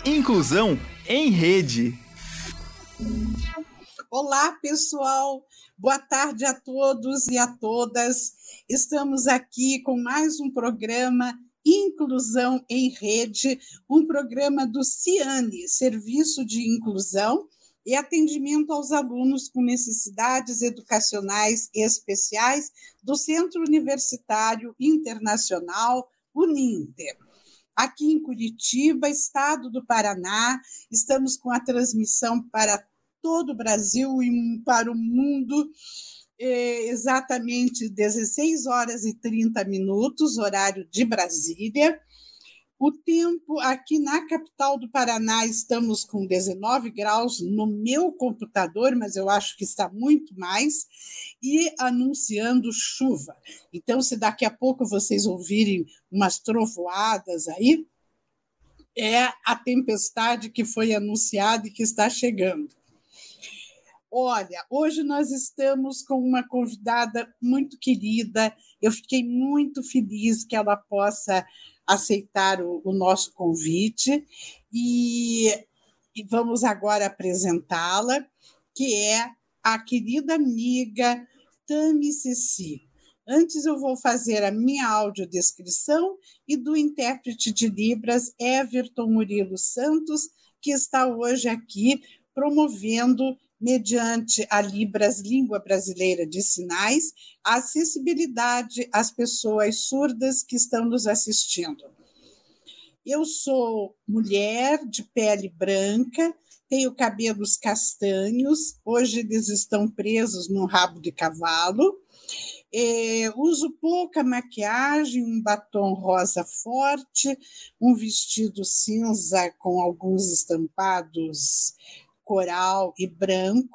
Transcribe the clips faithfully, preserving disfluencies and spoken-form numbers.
Inclusão em Rede. Olá, pessoal. Boa tarde a todos e a todas. Estamos aqui com mais um programa Inclusão em Rede, um programa do CIANE, Serviço de Inclusão e Atendimento aos Alunos com Necessidades Educacionais Especiais do Centro Universitário Internacional Uninter. Aqui em Curitiba, estado do Paraná, estamos com a transmissão para todo o Brasil e para o mundo, é, exatamente dezesseis horas e trinta minutos, horário de Brasília. O tempo aqui na capital do Paraná, estamos com dezenove graus no meu computador, mas eu acho que está muito mais, e anunciando chuva. Então, se daqui a pouco vocês ouvirem umas trovoadas aí, é a tempestade que foi anunciada e que está chegando. Olha, hoje nós estamos com uma convidada muito querida, eu fiquei muito feliz que ela possa aceitar o, o nosso convite e, e vamos agora apresentá-la, que é a querida amiga Tami Ceci. Antes eu vou fazer a minha audiodescrição e do intérprete de Libras, Everton Murilo Santos, que está hoje aqui promovendo, mediante a Libras, Língua Brasileira de Sinais, a acessibilidade às pessoas surdas que estão nos assistindo. Eu sou mulher de pele branca, tenho cabelos castanhos, hoje eles estão presos num rabo de cavalo, é, uso pouca maquiagem, um batom rosa forte, um vestido cinza com alguns estampados coral e branco,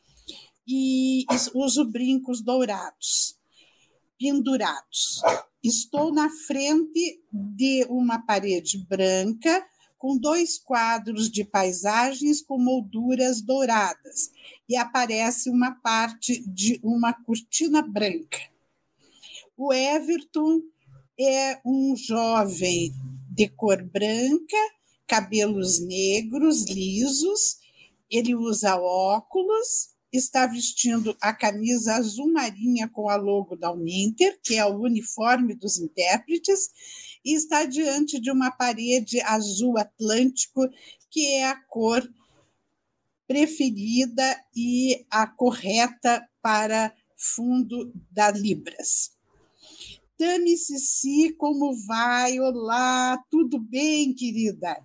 e uso brincos dourados, pendurados. Estou na frente de uma parede branca com dois quadros de paisagens com molduras douradas e aparece uma parte de uma cortina branca. O Everton é um jovem de cor branca, cabelos negros, lisos, ele usa óculos, está vestindo a camisa azul marinha com a logo da Uninter, que é o uniforme dos intérpretes, e está diante de uma parede azul atlântico, que é a cor preferida e a correta para fundo da Libras. Tami Ceci, como vai? Olá, tudo bem, querida?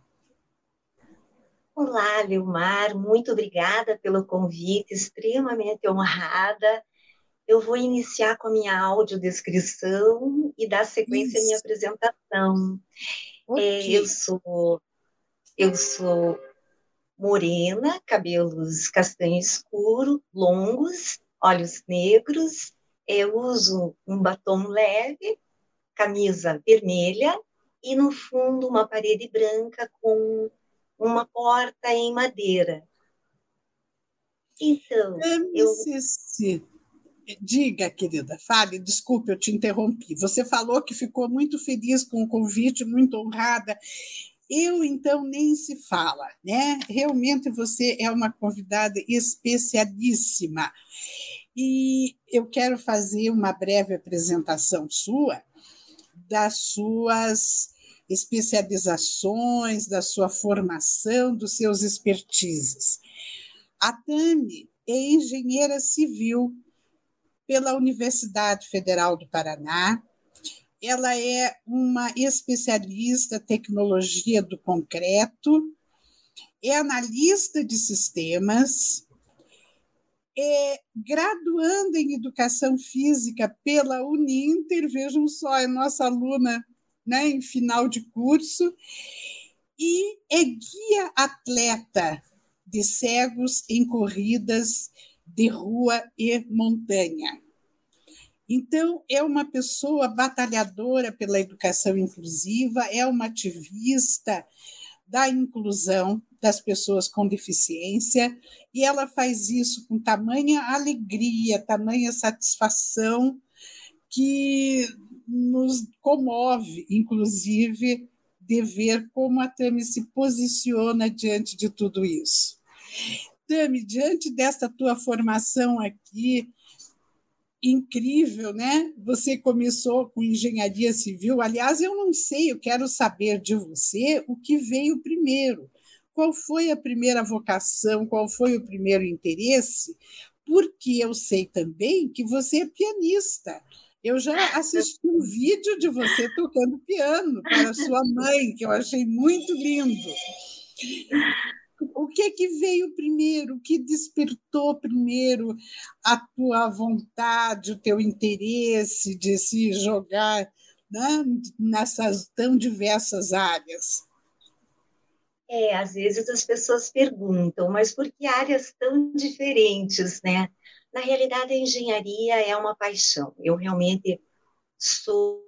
Olá, Leomar, muito obrigada pelo convite, extremamente honrada. Eu vou iniciar com a minha audiodescrição e dar sequência Isso. à minha apresentação. Okay. É, eu, sou, eu sou morena, cabelos castanho escuro, longos, olhos negros, eu uso um batom leve, camisa vermelha e, no fundo, uma parede branca com uma porta em madeira. Então, eu... Diga, querida, fale, desculpe, eu te interrompi. Você falou que ficou muito feliz com o convite, muito honrada. Eu, então, nem se fala, né? Realmente você é uma convidada especialíssima. E eu quero fazer uma breve apresentação sua, das suas especializações, da sua formação, dos seus expertises. A Tami é engenheira civil pela Universidade Federal do Paraná. Ela é uma especialista em tecnologia do concreto, é analista de sistemas, é graduanda em educação física pela Uninter, vejam só, é nossa aluna, né, em final de curso, e é guia atleta de cegos em corridas de rua e montanha. Então, é uma pessoa batalhadora pela educação inclusiva, é uma ativista da inclusão das pessoas com deficiência, e ela faz isso com tamanha alegria, tamanha satisfação, que nos comove, inclusive, de ver como a Tami se posiciona diante de tudo isso. Tami, diante desta tua formação aqui, incrível, né? Você começou com engenharia civil. Aliás, eu não sei, eu quero saber de você o que veio primeiro. Qual foi a primeira vocação, qual foi o primeiro interesse? Porque eu sei também que você é pianista. Eu já assisti um vídeo de você tocando piano para sua mãe, que eu achei muito lindo. O que que veio primeiro? O que despertou primeiro a tua vontade, o teu interesse de se jogar, né, nessas tão diversas áreas? É, às vezes as pessoas perguntam, mas por que áreas tão diferentes, né? Na realidade, a engenharia é uma paixão. Eu realmente sou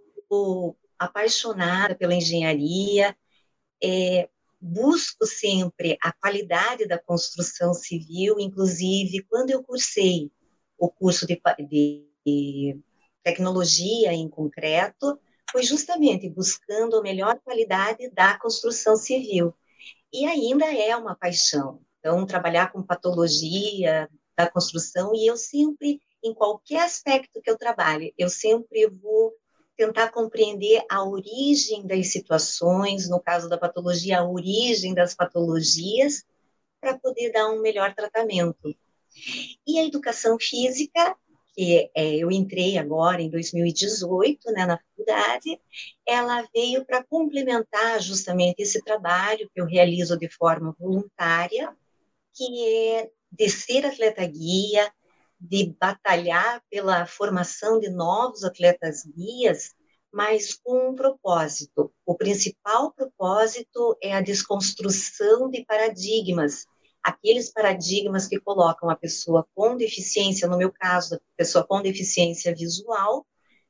apaixonada pela engenharia, é, busco sempre a qualidade da construção civil, inclusive quando eu cursei o curso de, de, de tecnologia em concreto, foi justamente buscando a melhor qualidade da construção civil. E ainda é uma paixão. Então, trabalhar com patologia da construção, e eu sempre, em qualquer aspecto que eu trabalhe, eu sempre vou tentar compreender a origem das situações, no caso da patologia, a origem das patologias, para poder dar um melhor tratamento. E a educação física, que é, eu entrei agora em dois mil e dezoito, né, na faculdade, ela veio para complementar justamente esse trabalho que eu realizo de forma voluntária, que é de ser atleta-guia, de batalhar pela formação de novos atletas-guias, mas com um propósito. O principal propósito é a desconstrução de paradigmas, aqueles paradigmas que colocam a pessoa com deficiência, no meu caso, a pessoa com deficiência visual,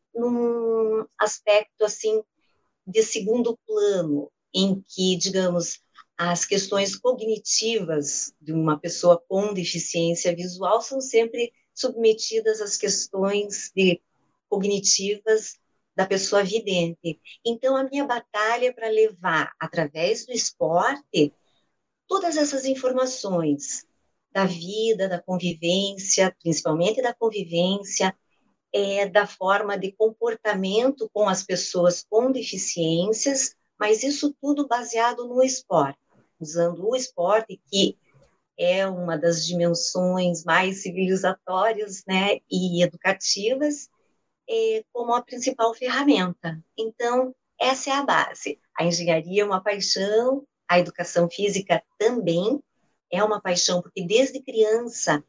num aspecto, assim, de segundo plano, em que, digamos, as questões cognitivas de uma pessoa com deficiência visual são sempre submetidas às questões de, cognitivas da pessoa vidente. Então, a minha batalha é para levar, através do esporte, todas essas informações da vida, da convivência, principalmente da convivência, é, da forma de comportamento com as pessoas com deficiências, mas isso tudo baseado no esporte, usando o esporte, que é uma das dimensões mais civilizatórias, né, e educativas, é, como a principal ferramenta. Então, essa é a base. A engenharia é uma paixão, a educação física também é uma paixão, porque desde criança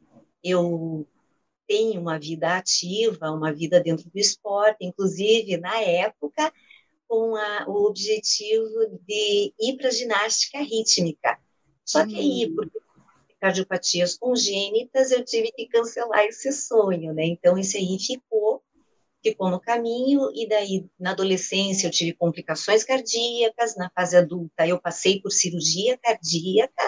eu tenho uma vida ativa, uma vida dentro do esporte, inclusive, na época, com a, o objetivo de ir para a ginástica rítmica. Só que aí, por cardiopatias congênitas, eu tive que cancelar esse sonho, né? Então, esse aí ficou, ficou no caminho, e daí, na adolescência, eu tive complicações cardíacas, na fase adulta, eu passei por cirurgia cardíaca,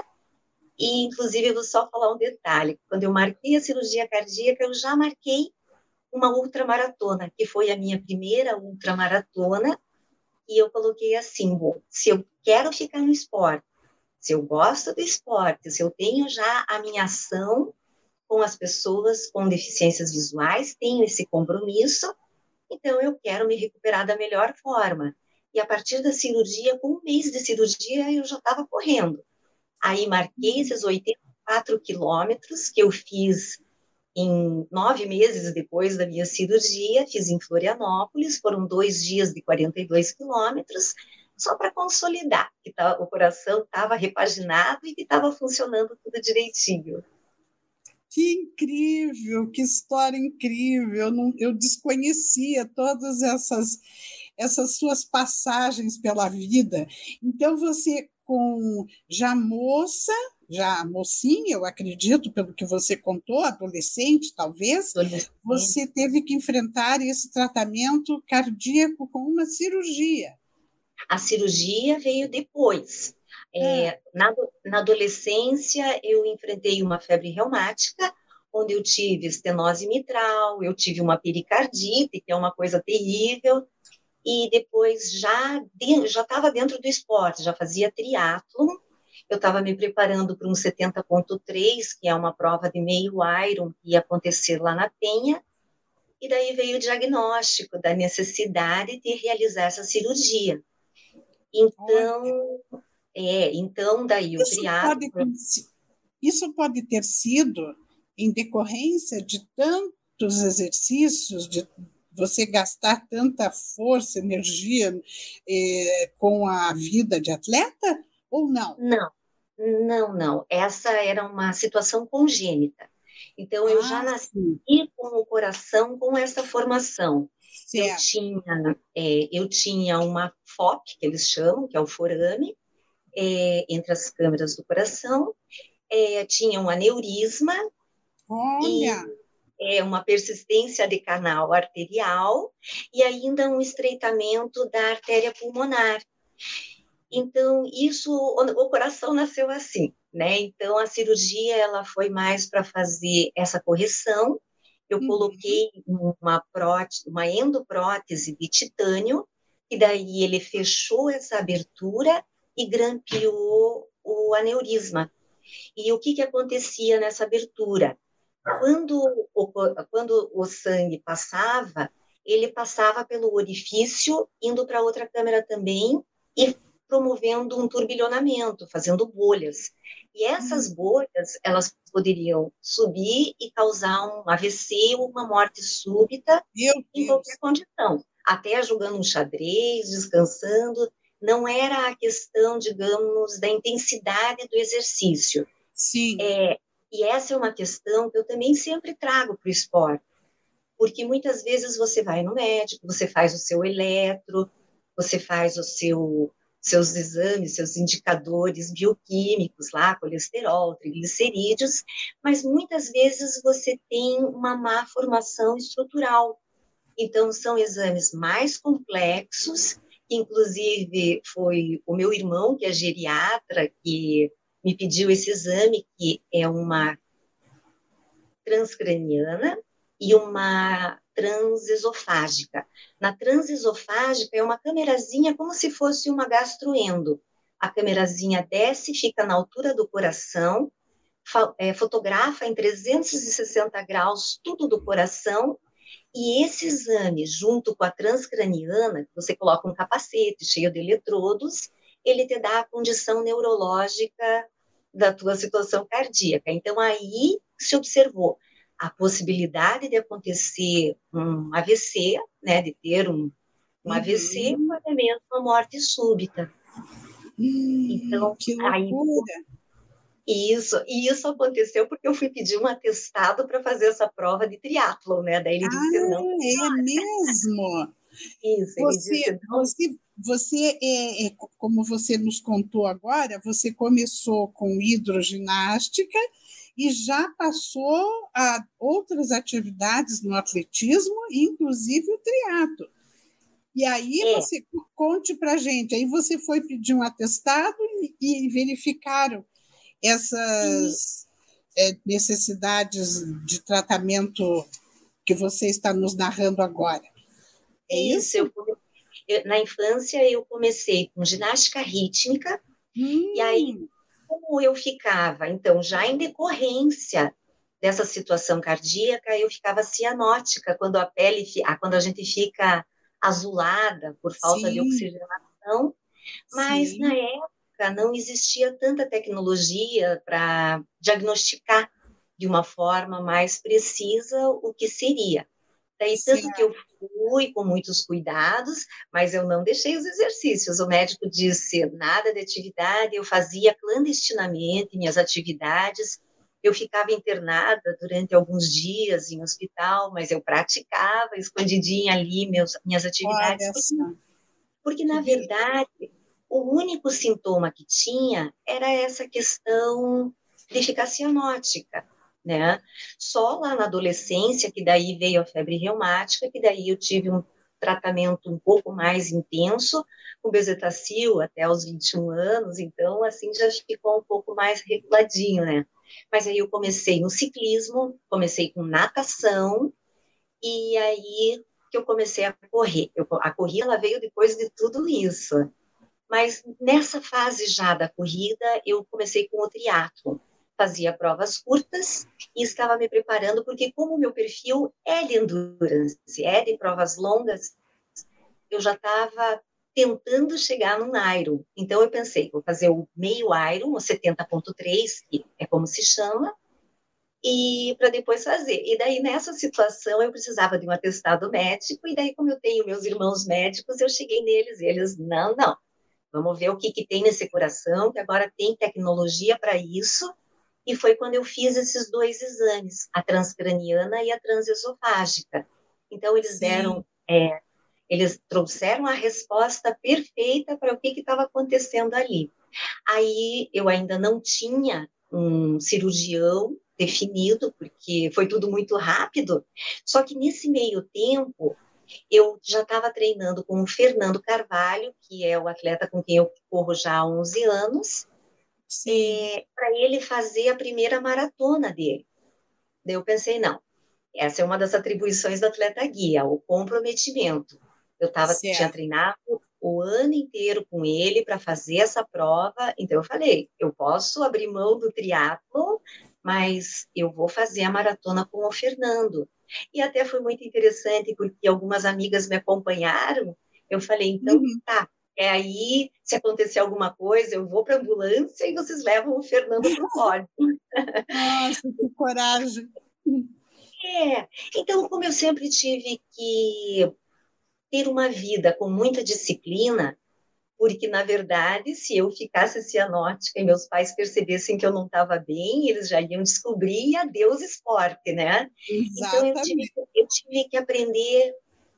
e, inclusive, eu vou só falar um detalhe, quando eu marquei a cirurgia cardíaca, eu já marquei uma ultramaratona, que foi a minha primeira ultramaratona, e eu coloquei assim, bom, se eu quero ficar no esporte, se eu gosto do esporte, se eu tenho já a minha ação com as pessoas com deficiências visuais, tenho esse compromisso, então eu quero me recuperar da melhor forma. E a partir da cirurgia, com um mês de cirurgia, eu já estava correndo. Aí marquei esses oitenta e quatro quilômetros que eu fiz em nove meses depois da minha cirurgia, fiz em Florianópolis, foram dois dias de quarenta e dois quilômetros, só para consolidar que tá, o coração estava repaginado e que estava funcionando tudo direitinho. Que incrível, que história incrível! Eu, não, eu desconhecia todas essas, essas suas passagens pela vida. Então, você, com já moça, já mocinha, eu acredito, pelo que você contou, adolescente, talvez, adolescente. Você teve que enfrentar esse tratamento cardíaco com uma cirurgia. A cirurgia veio depois. É, é. Na, na adolescência, eu enfrentei uma febre reumática, onde eu tive estenose mitral, eu tive uma pericardite, que é uma coisa terrível, e depois já de, já estava dentro do esporte, já fazia triatlo. Eu estava me preparando para um setenta ponto três, que é uma prova de meio Iron, que ia acontecer lá na Penha, e daí veio o diagnóstico da necessidade de realizar essa cirurgia. Então, é, então daí o Isso triatlo... pode, isso pode ter sido em decorrência de tantos exercícios, de você gastar tanta força, energia eh, com a vida de atleta, ou não? Não, não, não. Essa era uma situação congênita. Então, eu ah, já nasci sim. com o coração com essa formação. Eu tinha, é, eu tinha uma F O P, que eles chamam, que é o forame, é, entre as câmeras do coração, é, tinha um aneurisma, Olha! E é, uma persistência de canal arterial e ainda um estreitamento da artéria pulmonar. Então, isso, o, o coração nasceu assim, né? Então, a cirurgia, ela foi mais para fazer essa correção. Eu uhum. coloquei uma prótese, uma endoprótese de titânio, e daí ele fechou essa abertura e grampeou o aneurisma. E o que que acontecia nessa abertura? Quando o, quando o sangue passava, ele passava pelo orifício, indo para outra câmera também, e promovendo um turbilhonamento, fazendo bolhas. E essas bolhas, elas poderiam subir e causar um A V C ou uma morte súbita em qualquer condição. Até jogando um xadrez, descansando, não era a questão, digamos, da intensidade do exercício. Sim. É, e essa é uma questão que eu também sempre trago para o esporte, porque muitas vezes você vai no médico, você faz o seu eletro, você faz o seu, seus exames, seus indicadores bioquímicos lá, colesterol, triglicerídeos, mas muitas vezes você tem uma má formação estrutural. Então, são exames mais complexos, que inclusive foi o meu irmão, que é geriatra, que me pediu esse exame, que é uma transcraniana e uma transesofágica. Na transesofágica é uma câmerazinha como se fosse uma gastroendo. A câmerazinha desce, fica na altura do coração, é, fotografa em trezentos e sessenta graus tudo do coração, e esse exame, junto com a transcraniana, você coloca um capacete cheio de eletrodos, ele te dá a condição neurológica da tua situação cardíaca. Então, aí se observou a possibilidade de acontecer um A V C, né, de ter um, um uhum. A V C, um até mesmo uma morte súbita. Hum, então, que loucura! Aí, isso, e isso aconteceu porque eu fui pedir um atestado para fazer essa prova de triatlon, né? Daí ele disse ah, não. É mesmo? Isso, você, ele disse não. Você, você é, é, como você nos contou agora, você começou com hidroginástica e já passou a outras atividades no atletismo, inclusive o triatlo. E aí é. você conte para a gente, aí você foi pedir um atestado e, e verificaram essas é, necessidades de tratamento que você está nos narrando agora. É isso? isso? Eu, eu, na infância eu comecei com ginástica rítmica, hum. e aí como eu ficava, então, já em decorrência dessa situação cardíaca, eu ficava cianótica, quando a pele, quando a gente fica azulada por falta Sim. de oxigenação, mas Sim. na época não existia tanta tecnologia para diagnosticar de uma forma mais precisa o que seria. Daí, tanto Sim. que eu fui com muitos cuidados, mas eu não deixei os exercícios. O médico disse nada de atividade, eu fazia clandestinamente minhas atividades. Eu ficava internada durante alguns dias em hospital, mas eu praticava escondidinha ali meus, minhas atividades. Porque, porque, na verdade, o único sintoma que tinha era essa questão de ficar cianótica. Né? Só lá na adolescência, que daí veio a febre reumática, que daí eu tive um tratamento um pouco mais intenso, com bezetacil até aos vinte e um anos, então assim já ficou um pouco mais reguladinho, né? Mas aí eu comecei no ciclismo, comecei com natação, e aí que eu comecei a correr. Eu, a corrida ela veio depois de tudo isso. Mas nessa fase já da corrida, eu comecei com o triatlo. Fazia provas curtas e estava me preparando, porque como o meu perfil é de endurance, é de provas longas, eu já estava tentando chegar no Iron. Então eu pensei, vou fazer o meio Iron, o setenta ponto três, que é como se chama, e para depois fazer. E daí, nessa situação, eu precisava de um atestado médico, e daí, como eu tenho meus irmãos médicos, eu cheguei neles, e eles, não, não, vamos ver o que, que tem nesse coração, que agora tem tecnologia para isso, e foi quando eu fiz esses dois exames, a transcraniana e a transesofágica. Então, eles Sim. deram, é, eles trouxeram a resposta perfeita para o que estava acontecendo ali. Aí, eu ainda não tinha um cirurgião definido, porque foi tudo muito rápido, só que nesse meio tempo, eu já estava treinando com o Fernando Carvalho, que é o atleta com quem eu corro já há onze anos, é, para ele fazer a primeira maratona dele. Daí eu pensei, não, essa é uma das atribuições do atleta guia, o comprometimento. Eu tava, tinha treinado o ano inteiro com ele para fazer essa prova, então eu falei, eu posso abrir mão do triatlo, mas eu vou fazer a maratona com o Fernando. E até foi muito interessante, porque algumas amigas me acompanharam, eu falei, então uhum. tá, é aí, se acontecer alguma coisa, eu vou para a ambulância e vocês levam o Fernando para o pódio. Nossa, que coragem! É, então como eu sempre tive que ter uma vida com muita disciplina, porque, na verdade, se eu ficasse cianótica e meus pais percebessem que eu não estava bem, eles já iam descobrir e adeus esporte, né? Exatamente. Então, eu tive, eu tive que aprender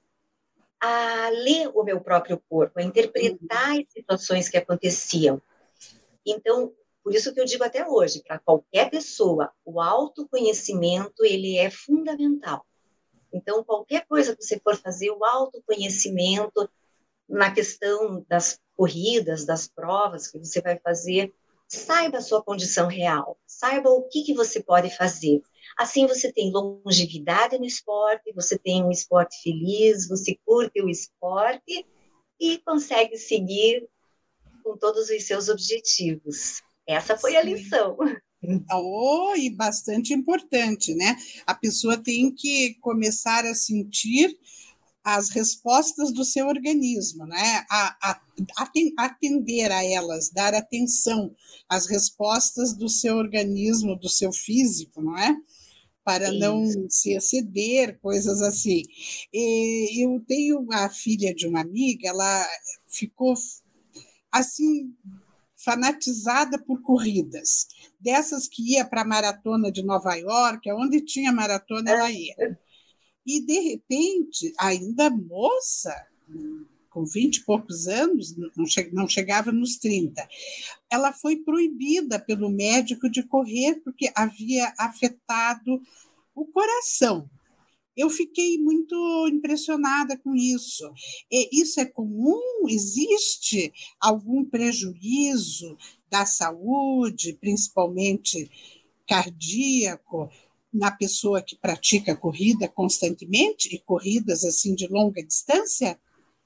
a ler o meu próprio corpo, a interpretar uhum. as situações que aconteciam. Então, por isso que eu digo até hoje, para qualquer pessoa, o autoconhecimento, ele é fundamental. Então, qualquer coisa que você for fazer, o autoconhecimento na questão das corridas, das provas que você vai fazer, saiba a sua condição real, saiba o que, que você pode fazer. Assim você tem longevidade no esporte, você tem um esporte feliz, você curte o esporte e consegue seguir com todos os seus objetivos. Essa foi a lição. Oh, e bastante importante, né? A pessoa tem que começar a sentir as respostas do seu organismo, né? A, a, atender a elas, dar atenção às respostas do seu organismo, do seu físico, não é? Para Isso. não se exceder, coisas assim. E eu tenho a filha de uma amiga, ela ficou assim fanatizada por corridas, dessas que ia para a maratona de Nova York, onde tinha maratona ela ia. E, de repente, ainda moça, com vinte e poucos anos, não, che- não chegava nos trinta, ela foi proibida pelo médico de correr porque havia afetado o coração. Eu fiquei muito impressionada com isso. E isso é comum? Existe algum prejuízo da saúde, principalmente cardíaco, na pessoa que pratica corrida constantemente e corridas assim de longa distância?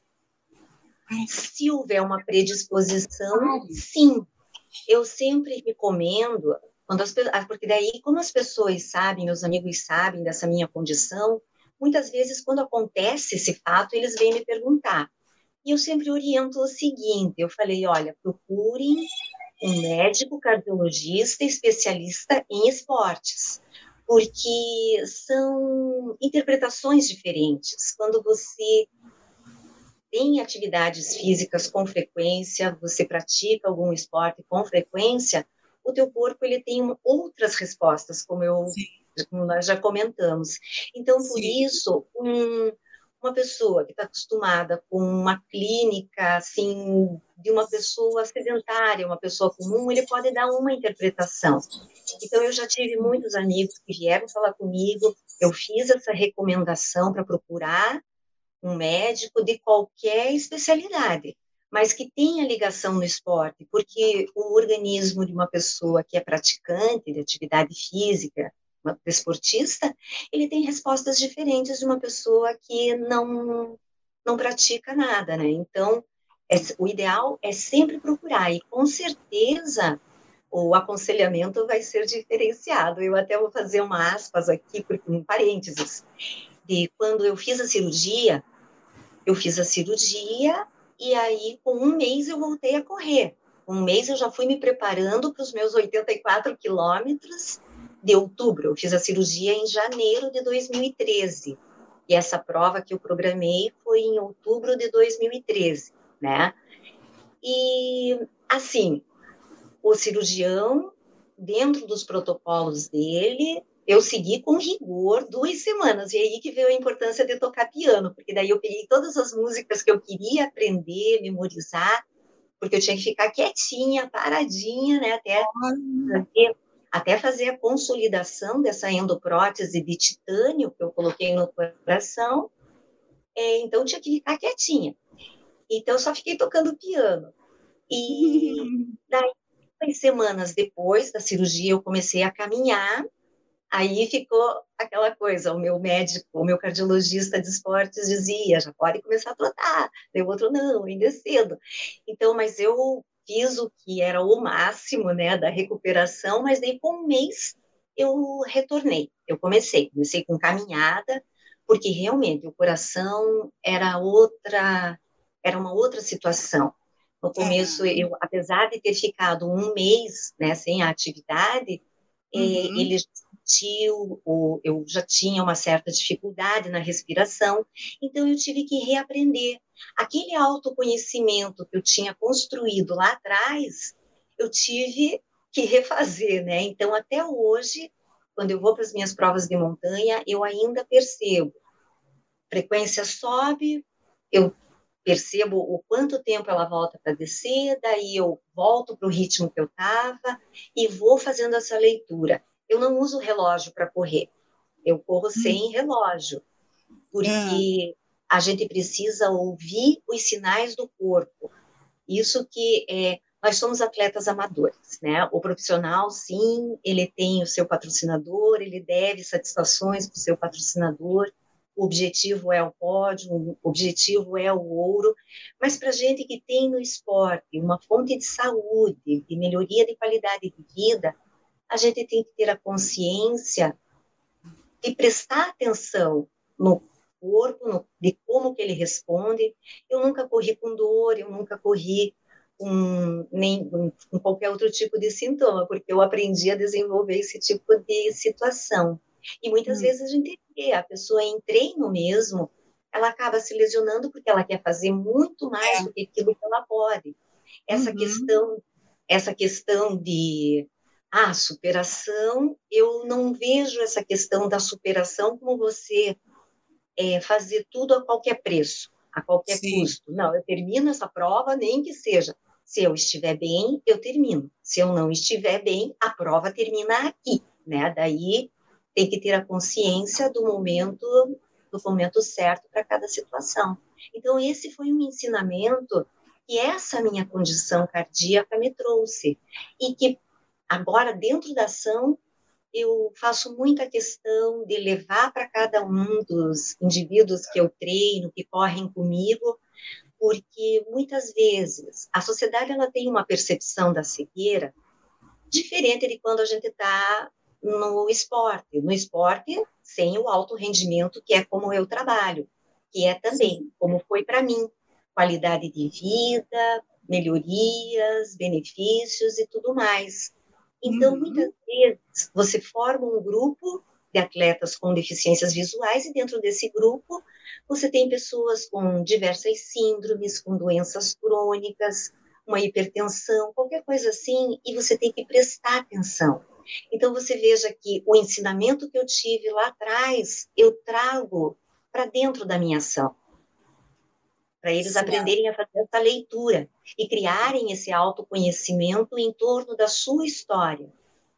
Se houver uma predisposição, sim. Eu sempre recomendo, quando as, porque daí, como as pessoas sabem, meus amigos sabem dessa minha condição, muitas vezes, quando acontece esse fato, eles vêm me perguntar. E eu sempre oriento o seguinte, eu falei, olha, procurem um médico cardiologista especialista em esportes, porque são interpretações diferentes. Quando você tem atividades físicas com frequência, você pratica algum esporte com frequência, o teu corpo ele tem outras respostas, como, eu, como nós já comentamos. Então, por Sim. isso, um, uma pessoa que está acostumada com uma clínica, assim, de uma pessoa sedentária, uma pessoa comum, ele pode dar uma interpretação. Então, eu já tive muitos amigos que vieram falar comigo, eu fiz essa recomendação para procurar um médico de qualquer especialidade, mas que tenha ligação no esporte, porque o organismo de uma pessoa que é praticante de atividade física, uma desportista, ele tem respostas diferentes de uma pessoa que não, não pratica nada, né? Então, é, o ideal é sempre procurar, e com certeza o aconselhamento vai ser diferenciado. Eu até vou fazer uma aspas aqui, um parênteses, de quando eu fiz a cirurgia, eu fiz a cirurgia e aí com um mês eu voltei a correr. Um mês eu já fui me preparando para os meus oitenta e quatro quilômetros de outubro. Eu fiz a cirurgia em janeiro de dois mil e treze. E essa prova que eu programei foi em outubro de dois mil e treze, né? E, assim, o cirurgião, dentro dos protocolos dele, eu segui com rigor duas semanas, e aí que veio a importância de tocar piano, porque daí eu peguei todas as músicas que eu queria aprender, memorizar, porque eu tinha que ficar quietinha, paradinha, né, até fazer, até fazer a consolidação dessa endoprótese de titânio que eu coloquei no coração, é, então eu tinha que ficar quietinha. Então eu só fiquei tocando piano. E daí, duas semanas depois da cirurgia, eu comecei a caminhar. Aí ficou aquela coisa, o meu médico, o meu cardiologista de esportes dizia, já pode começar a trotar. Daí o outro, não, ainda é cedo. Então, mas eu fiz o que era o máximo, né, da recuperação, mas daí com um mês eu retornei. Eu comecei, comecei com caminhada, porque realmente o coração era outra, era uma outra situação. No começo, eu, apesar de ter ficado um mês, né, sem a atividade, uhum. ele sentiu, eu já tinha uma certa dificuldade na respiração, então eu tive que reaprender. Aquele autoconhecimento que eu tinha construído lá atrás, eu tive que refazer, né? Então, até hoje, quando eu vou para as minhas provas de montanha, eu ainda percebo. Frequência sobe, eu percebo o quanto tempo ela volta para descer, daí eu volto para o ritmo que eu estava e vou fazendo essa leitura. Eu não uso relógio para correr, eu corro sem relógio, porque a gente precisa ouvir os sinais do corpo. Isso que é, nós somos atletas amadores, né? O profissional, sim, ele tem o seu patrocinador, ele deve satisfações para o seu patrocinador, o objetivo é o pódio, o objetivo é o ouro, mas para a gente que tem no esporte uma fonte de saúde, de melhoria de qualidade de vida, a gente tem que ter a consciência de prestar atenção no corpo, no, de como que ele responde. Eu nunca corri com dor, eu nunca corri com, nem, com qualquer outro tipo de sintoma, porque eu aprendi a desenvolver esse tipo de situação. E muitas hum. vezes a gente vê, a pessoa em treino mesmo, ela acaba se lesionando porque ela quer fazer muito mais é. do que aquilo que ela pode. Essa uhum. questão, essa questão de ah, superação, eu não vejo essa questão da superação como você é, fazer tudo a qualquer preço, a qualquer Sim. custo. Não, eu termino essa prova, nem que seja. Se eu estiver bem, eu termino. Se eu não estiver bem, a prova termina aqui, né? Daí tem que ter a consciência do momento, do momento certo para cada situação. Então, esse foi um ensinamento que essa minha condição cardíaca me trouxe. E que agora, dentro da ação, eu faço muita questão de levar para cada um dos indivíduos que eu treino, que correm comigo, porque muitas vezes a sociedade ela tem uma percepção da cegueira diferente de quando a gente está no esporte. No esporte, sem o alto rendimento, que é como eu trabalho, que é também Sim. como foi para mim, qualidade de vida, melhorias, benefícios e tudo mais. Então, uhum. muitas vezes, você forma um grupo de atletas com deficiências visuais e dentro desse grupo você tem pessoas com diversas síndromes, com doenças crônicas, uma hipertensão, qualquer coisa assim, e você tem que prestar atenção. Então, você veja que o ensinamento que eu tive lá atrás, eu trago para dentro da minha ação, para eles certo. aprenderem a fazer essa leitura e criarem esse autoconhecimento em torno da sua história.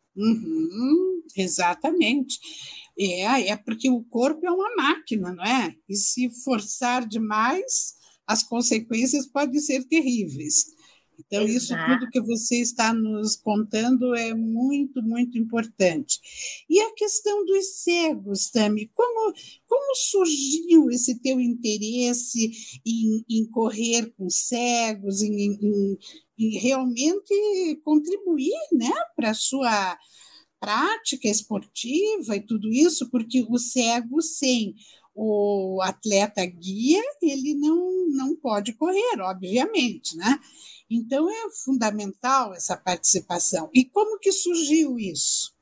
Uhum, exatamente. É, é porque o corpo é uma máquina, não é? E se forçar demais, as consequências podem ser terríveis. Então, isso tudo que você está nos contando é muito, muito importante. E a questão dos cegos, Tami, como, como surgiu esse teu interesse em, em correr com cegos, em, em, em realmente contribuir, né, para a sua prática esportiva e tudo isso, porque o cego sem o atleta guia, ele não, não pode correr, obviamente, né? Então, é fundamental essa participação. E como que surgiu isso?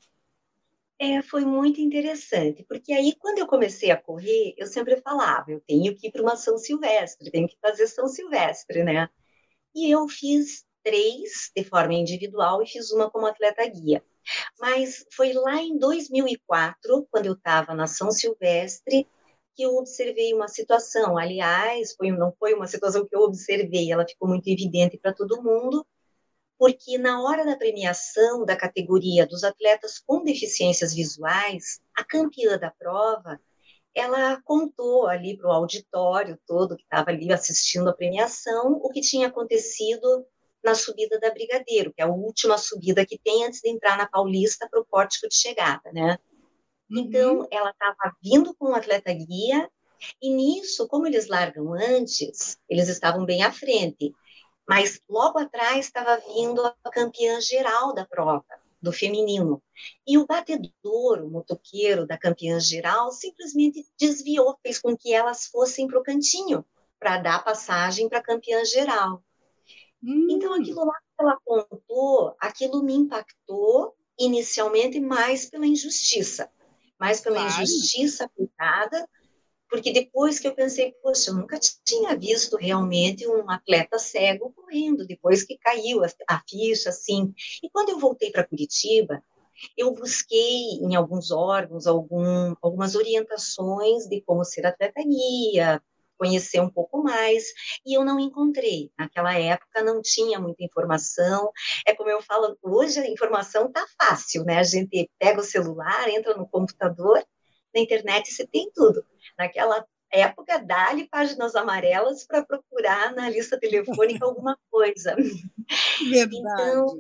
É, foi muito interessante, porque aí, quando eu comecei a correr, eu sempre falava, eu tenho que ir para uma São Silvestre, tenho que fazer São Silvestre, né? E eu fiz três de forma individual e fiz uma como atleta guia. Mas foi lá em dois mil e quatro, quando eu estava na São Silvestre, que eu observei uma situação. Aliás, foi, não foi uma situação que eu observei, ela ficou muito evidente para todo mundo, porque na hora da premiação da categoria dos atletas com deficiências visuais, a campeã da prova, ela contou ali para o auditório todo que estava ali assistindo a premiação o que tinha acontecido na subida da Brigadeiro, que é a última subida que tem antes de entrar na Paulista para o pórtico de chegada, né? Uhum. Então, ela estava vindo com o atleta guia, e nisso, como eles largam antes, eles estavam bem à frente, mas logo atrás estava vindo a campeã geral da prova, do feminino. E o batedor, o motoqueiro da campeã geral, simplesmente desviou, fez com que elas fossem para o cantinho, para dar passagem para a campeã geral. Hum. Então, aquilo lá que ela contou, aquilo me impactou inicialmente mais pela injustiça, mais pela claro. injustiça aplicada, porque depois que eu pensei, poxa, eu nunca tinha visto realmente um atleta cego correndo, depois que caiu a, a ficha, assim. E quando eu voltei para Curitiba, eu busquei em alguns órgãos algum, algumas orientações de como ser atleta guia, conhecer um pouco mais, e eu não encontrei. Naquela época não tinha muita informação. É como eu falo, hoje a informação está fácil, né? A gente pega o celular, entra no computador, na internet você tem tudo. Naquela época, dá-lhe páginas amarelas para procurar na lista telefônica alguma coisa. Verdade. Então,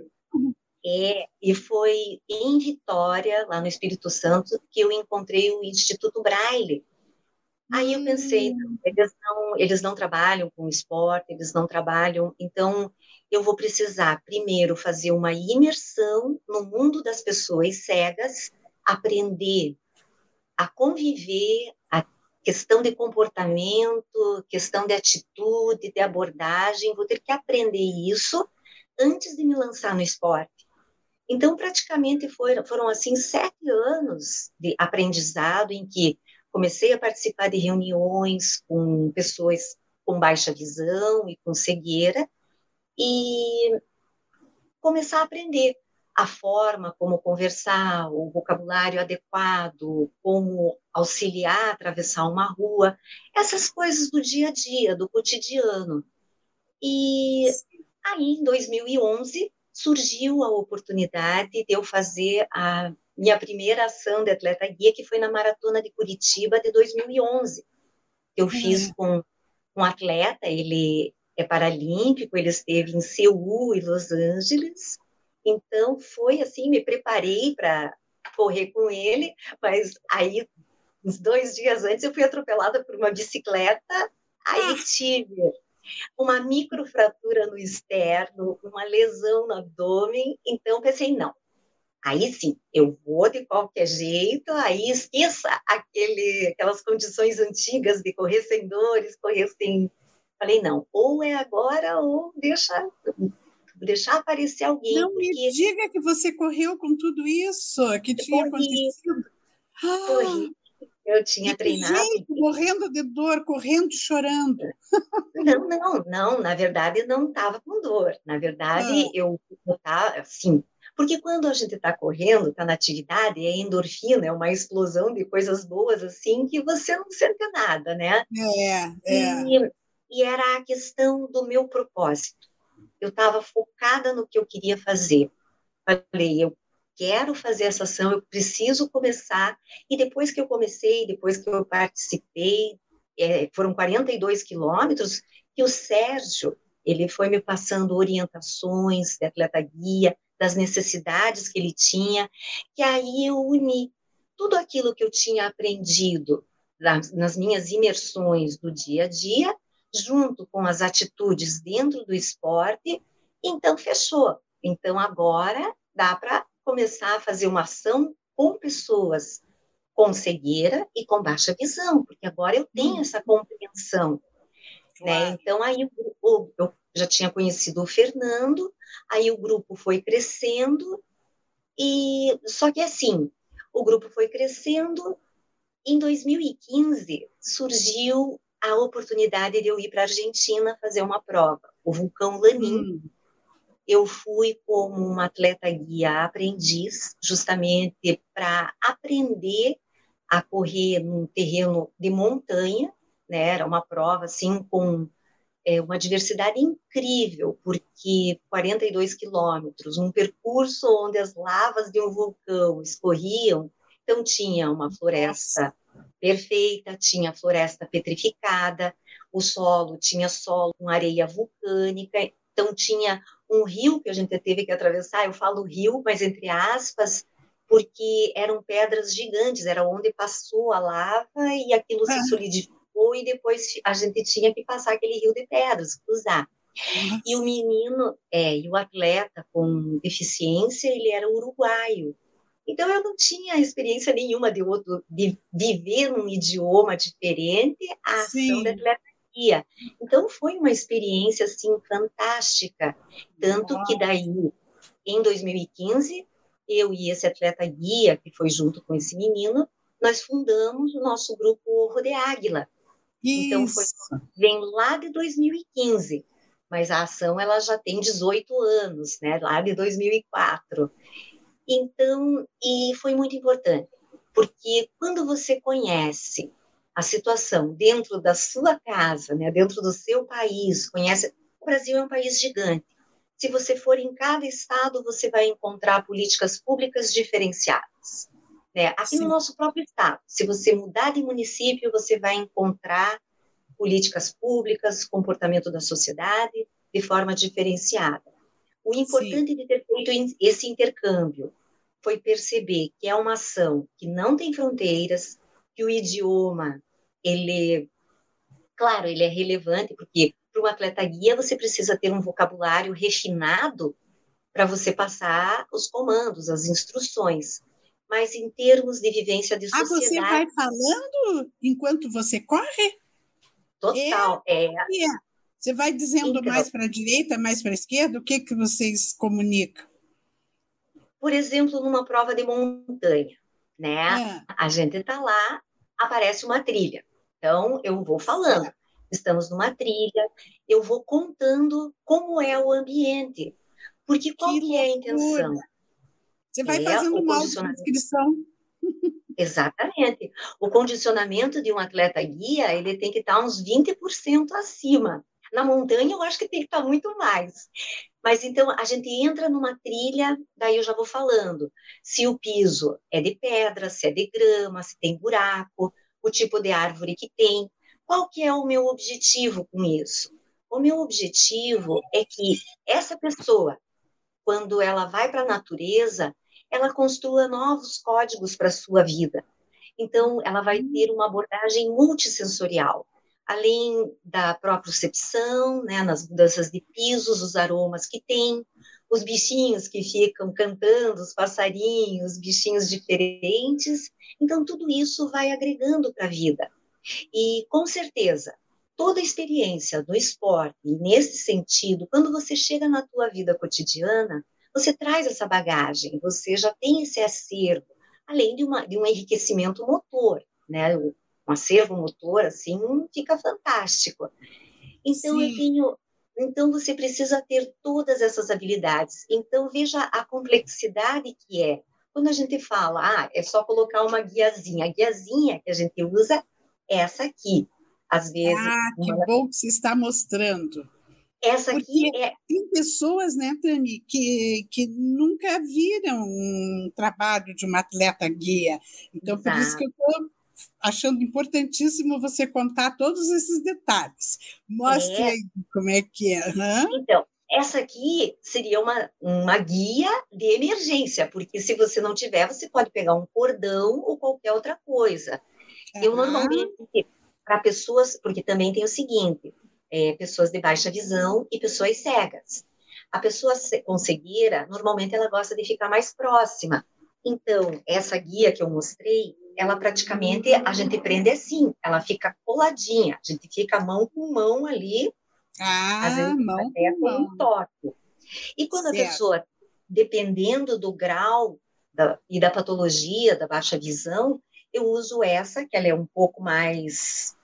é, e foi em Vitória, lá no Espírito Santo, que eu encontrei o Instituto Braille. Aí eu pensei, hum. eles, não, eles não trabalham com esporte, eles não trabalham, então eu vou precisar primeiro fazer uma imersão no mundo das pessoas cegas, aprender a conviver, a questão de comportamento, questão de atitude, de abordagem, vou ter que aprender isso antes de me lançar no esporte. Então, praticamente foram, foram assim, sete anos de aprendizado em que comecei a participar de reuniões com pessoas com baixa visão e com cegueira e começar a aprender a forma como conversar, o vocabulário adequado, como auxiliar a atravessar uma rua, essas coisas do dia a dia, do cotidiano. E aí, em dois mil e onze, surgiu a oportunidade de eu fazer a minha primeira ação de atleta guia, que foi na Maratona de Curitiba de dois mil e onze. Eu fiz com um atleta, ele é paralímpico, ele esteve em Seul e Los Angeles. Então, foi assim, me preparei para correr com ele, mas aí, uns dois dias antes, eu fui atropelada por uma bicicleta, aí tive uma microfratura no externo, uma lesão no abdômen, então pensei, não, aí sim, eu vou de qualquer jeito, aí esqueça aquele, aquelas condições antigas de correr sem dores, correr sem... Falei, não, ou é agora, ou deixa... deixar aparecer alguém. Não porque... me diga que você correu com tudo isso, que tinha corri, acontecido. Corri. Eu tinha de treinado. Jeito, morrendo de dor, correndo, chorando. Não, não, não. Na verdade, não estava com dor. Na verdade, ah. eu estava assim. Porque quando a gente está correndo, está na atividade, é endorfina, é uma explosão de coisas boas assim que você não sente nada, né? É, é. E, e era a questão do meu propósito. Eu estava focada no que eu queria fazer. Falei, eu quero fazer essa ação, eu preciso começar. E depois que eu comecei, depois que eu participei, é, foram quarenta e dois quilômetros, que o Sérgio, Ele foi me passando orientações de atleta guia, das necessidades que ele tinha, e aí eu uni tudo aquilo que eu tinha aprendido nas, nas minhas imersões do dia a dia, junto com as atitudes dentro do esporte, então fechou. Então agora dá para começar a fazer uma ação com pessoas com cegueira e com baixa visão, porque agora eu tenho essa compreensão. Claro. Né? Então, aí o, eu já tinha conhecido o Fernando, aí o grupo foi crescendo, e só que assim, o grupo foi crescendo, em dois mil e quinze surgiu a oportunidade de eu ir para a Argentina fazer uma prova, o Vulcão Lanín. Hum. Eu fui como uma atleta guia aprendiz, justamente para aprender a correr num terreno de montanha, né? Era uma prova assim com é, uma diversidade incrível, porque quarenta e dois quilômetros, um percurso onde as lavas de um vulcão escorriam, então tinha uma floresta perfeita, tinha floresta petrificada, o solo tinha solo com areia vulcânica, então tinha um rio que a gente teve que atravessar, eu falo rio, mas entre aspas, porque eram pedras gigantes, era onde passou a lava e aquilo se solidificou e depois a gente tinha que passar aquele rio de pedras, cruzar. Nossa. E o menino, é, e o atleta com deficiência, ele era uruguaio. Então eu não tinha experiência nenhuma de outro, de viver num idioma diferente, a ação Sim. da atleta guia. Então foi uma experiência assim fantástica, tanto Uau. que daí em dois mil e quinze eu e esse atleta guia, que foi junto com esse menino, nós fundamos o nosso grupo Rode Águila. Isso. Então, foi, vem lá de dois mil e quinze, mas a ação ela já tem dezoito anos, né? Lá de dois mil e quatro. Então, e foi muito importante, porque quando você conhece a situação dentro da sua casa, né? Dentro do seu país, conhece... O Brasil é um país gigante. Se você for em cada estado, você vai encontrar políticas públicas diferenciadas. Né? Aqui Sim. no nosso próprio estado, se você mudar de município, você vai encontrar políticas públicas, comportamento da sociedade, de forma diferenciada. O importante Sim. de ter feito esse intercâmbio foi perceber que é uma ação que não tem fronteiras, que o idioma, ele, claro, ele é relevante, porque para um atleta guia, você precisa ter um vocabulário refinado para você passar os comandos, as instruções. Mas em termos de vivência de sociedade... Ah, você vai falando enquanto você corre? Total, é. é. Você vai dizendo então, mais para a direita, mais para a esquerda? O que, que vocês comunicam? Por exemplo, numa prova de montanha, né? É. A gente está lá, aparece uma trilha. Então, eu vou falando. É. Estamos numa trilha, eu vou contando como é o ambiente. Porque qual que, que é a intenção? Você vai é fazendo uma descrição. Exatamente. O condicionamento de um atleta guia, ele tem que estar uns vinte por cento acima. Na montanha, eu acho que tem que estar muito mais. Mas, então, a gente entra numa trilha, daí eu já vou falando. Se o piso é de pedra, se é de grama, se tem buraco, o tipo de árvore que tem. Qual que é o meu objetivo com isso? O meu objetivo é que essa pessoa, quando ela vai para a natureza, ela construa novos códigos para a sua vida. Então, ela vai ter uma abordagem multissensorial, além da propriocepção, né, nas mudanças de pisos, os aromas que tem, os bichinhos que ficam cantando, os passarinhos, os bichinhos diferentes. Então, tudo isso vai agregando para a vida. E, com certeza, toda experiência do esporte, e nesse sentido, quando você chega na tua vida cotidiana, você traz essa bagagem, você já tem esse acervo, além de, uma, de um enriquecimento motor, né? Um acervo motor, assim, fica fantástico. Então, Sim. eu tenho... Então, você precisa ter todas essas habilidades. Então, veja a complexidade que é. Quando a gente fala, ah, é só colocar uma guiazinha. A guiazinha que a gente usa é essa aqui. Às vezes... Ah, que uma... bom que você está mostrando. Essa Porque aqui é... tem pessoas, né, Tami, que, que nunca viram um trabalho de uma atleta guia. Então, Exato. Por isso que eu estou achando importantíssimo você contar todos esses detalhes. Mostre É. aí como é que é. Uhum. Então, essa aqui seria uma, uma guia de emergência, porque se você não tiver, você pode pegar um cordão ou qualquer outra coisa. Eu Uhum. normalmente, para pessoas, porque também tem o seguinte, é, pessoas de baixa visão e pessoas cegas. A pessoa com cegueira, normalmente ela gosta de ficar mais próxima. Então, essa guia que eu mostrei, ela praticamente, a gente prende assim, ela fica coladinha, a gente fica mão com mão ali, Ah, às vezes mão até com com mão. um toque. E quando Certo. a pessoa, dependendo do grau da, e da patologia da baixa visão, eu uso essa, que ela é um pouco mais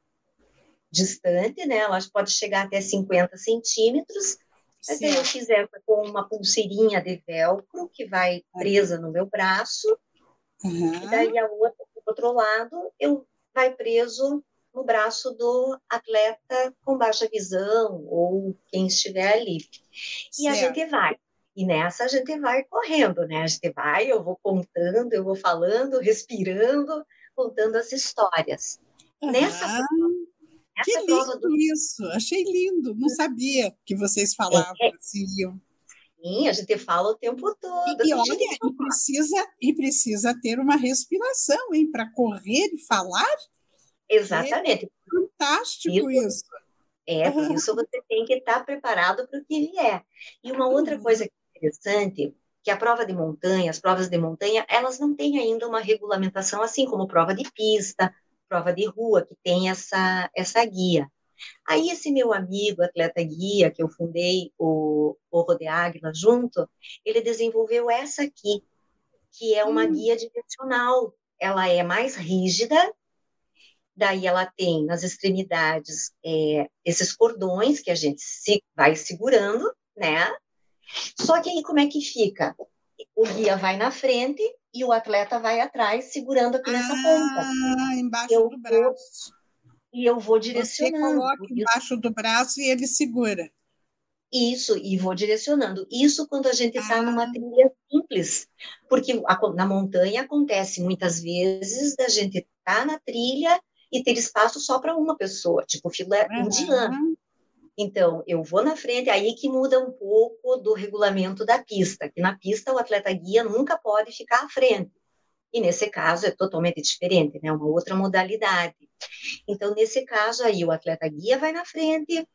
distante, né? Ela pode chegar até cinquenta centímetros, mas aí eu fiz essa com uma pulseirinha de velcro que vai presa no meu braço, Uhum. e daí a outra, do outro lado, eu vai preso no braço do atleta com baixa visão ou quem estiver ali. E Certo. a gente vai. E nessa a gente vai correndo, né? A gente vai, eu vou contando, eu vou falando, respirando, contando as histórias. Uhum. Nessa, que nessa lindo prova do... isso, achei lindo, não sabia que vocês falavam é, assim. Sim, a gente fala o tempo todo. E, e A olha, gente e precisa, e precisa ter uma respiração, hein, para correr e falar. Exatamente. É fantástico isso. isso. É, por isso você tem que estar preparado para o que vier. E uma outra coisa interessante, que a prova de montanha, as provas de montanha, elas não têm ainda uma regulamentação, assim como prova de pista, prova de rua, que tem essa, essa guia. Aí esse meu amigo, atleta guia, que eu fundei o Morro de Águila junto, ele desenvolveu essa aqui, que é uma Hum. guia direcional. Ela é mais rígida, daí ela tem nas extremidades é, esses cordões que a gente se, vai segurando, né? Só que aí como é que fica? O guia vai na frente e o atleta vai atrás, segurando aqui nessa ah, ponta. embaixo eu do braço. Vou, e eu vou Você direcionando. coloca embaixo do braço e ele segura. Isso, e vou direcionando. Isso quando a gente está ah. numa trilha simples, porque a, na montanha acontece muitas vezes da gente estar tá na trilha e ter espaço só para uma pessoa, tipo fila Uhum. indiana. Então, eu vou na frente, aí que muda um pouco do regulamento da pista, que na pista o atleta guia nunca pode ficar à frente. E nesse caso é totalmente diferente, né? Uma outra modalidade. Então, nesse caso aí, o atleta guia vai na frente,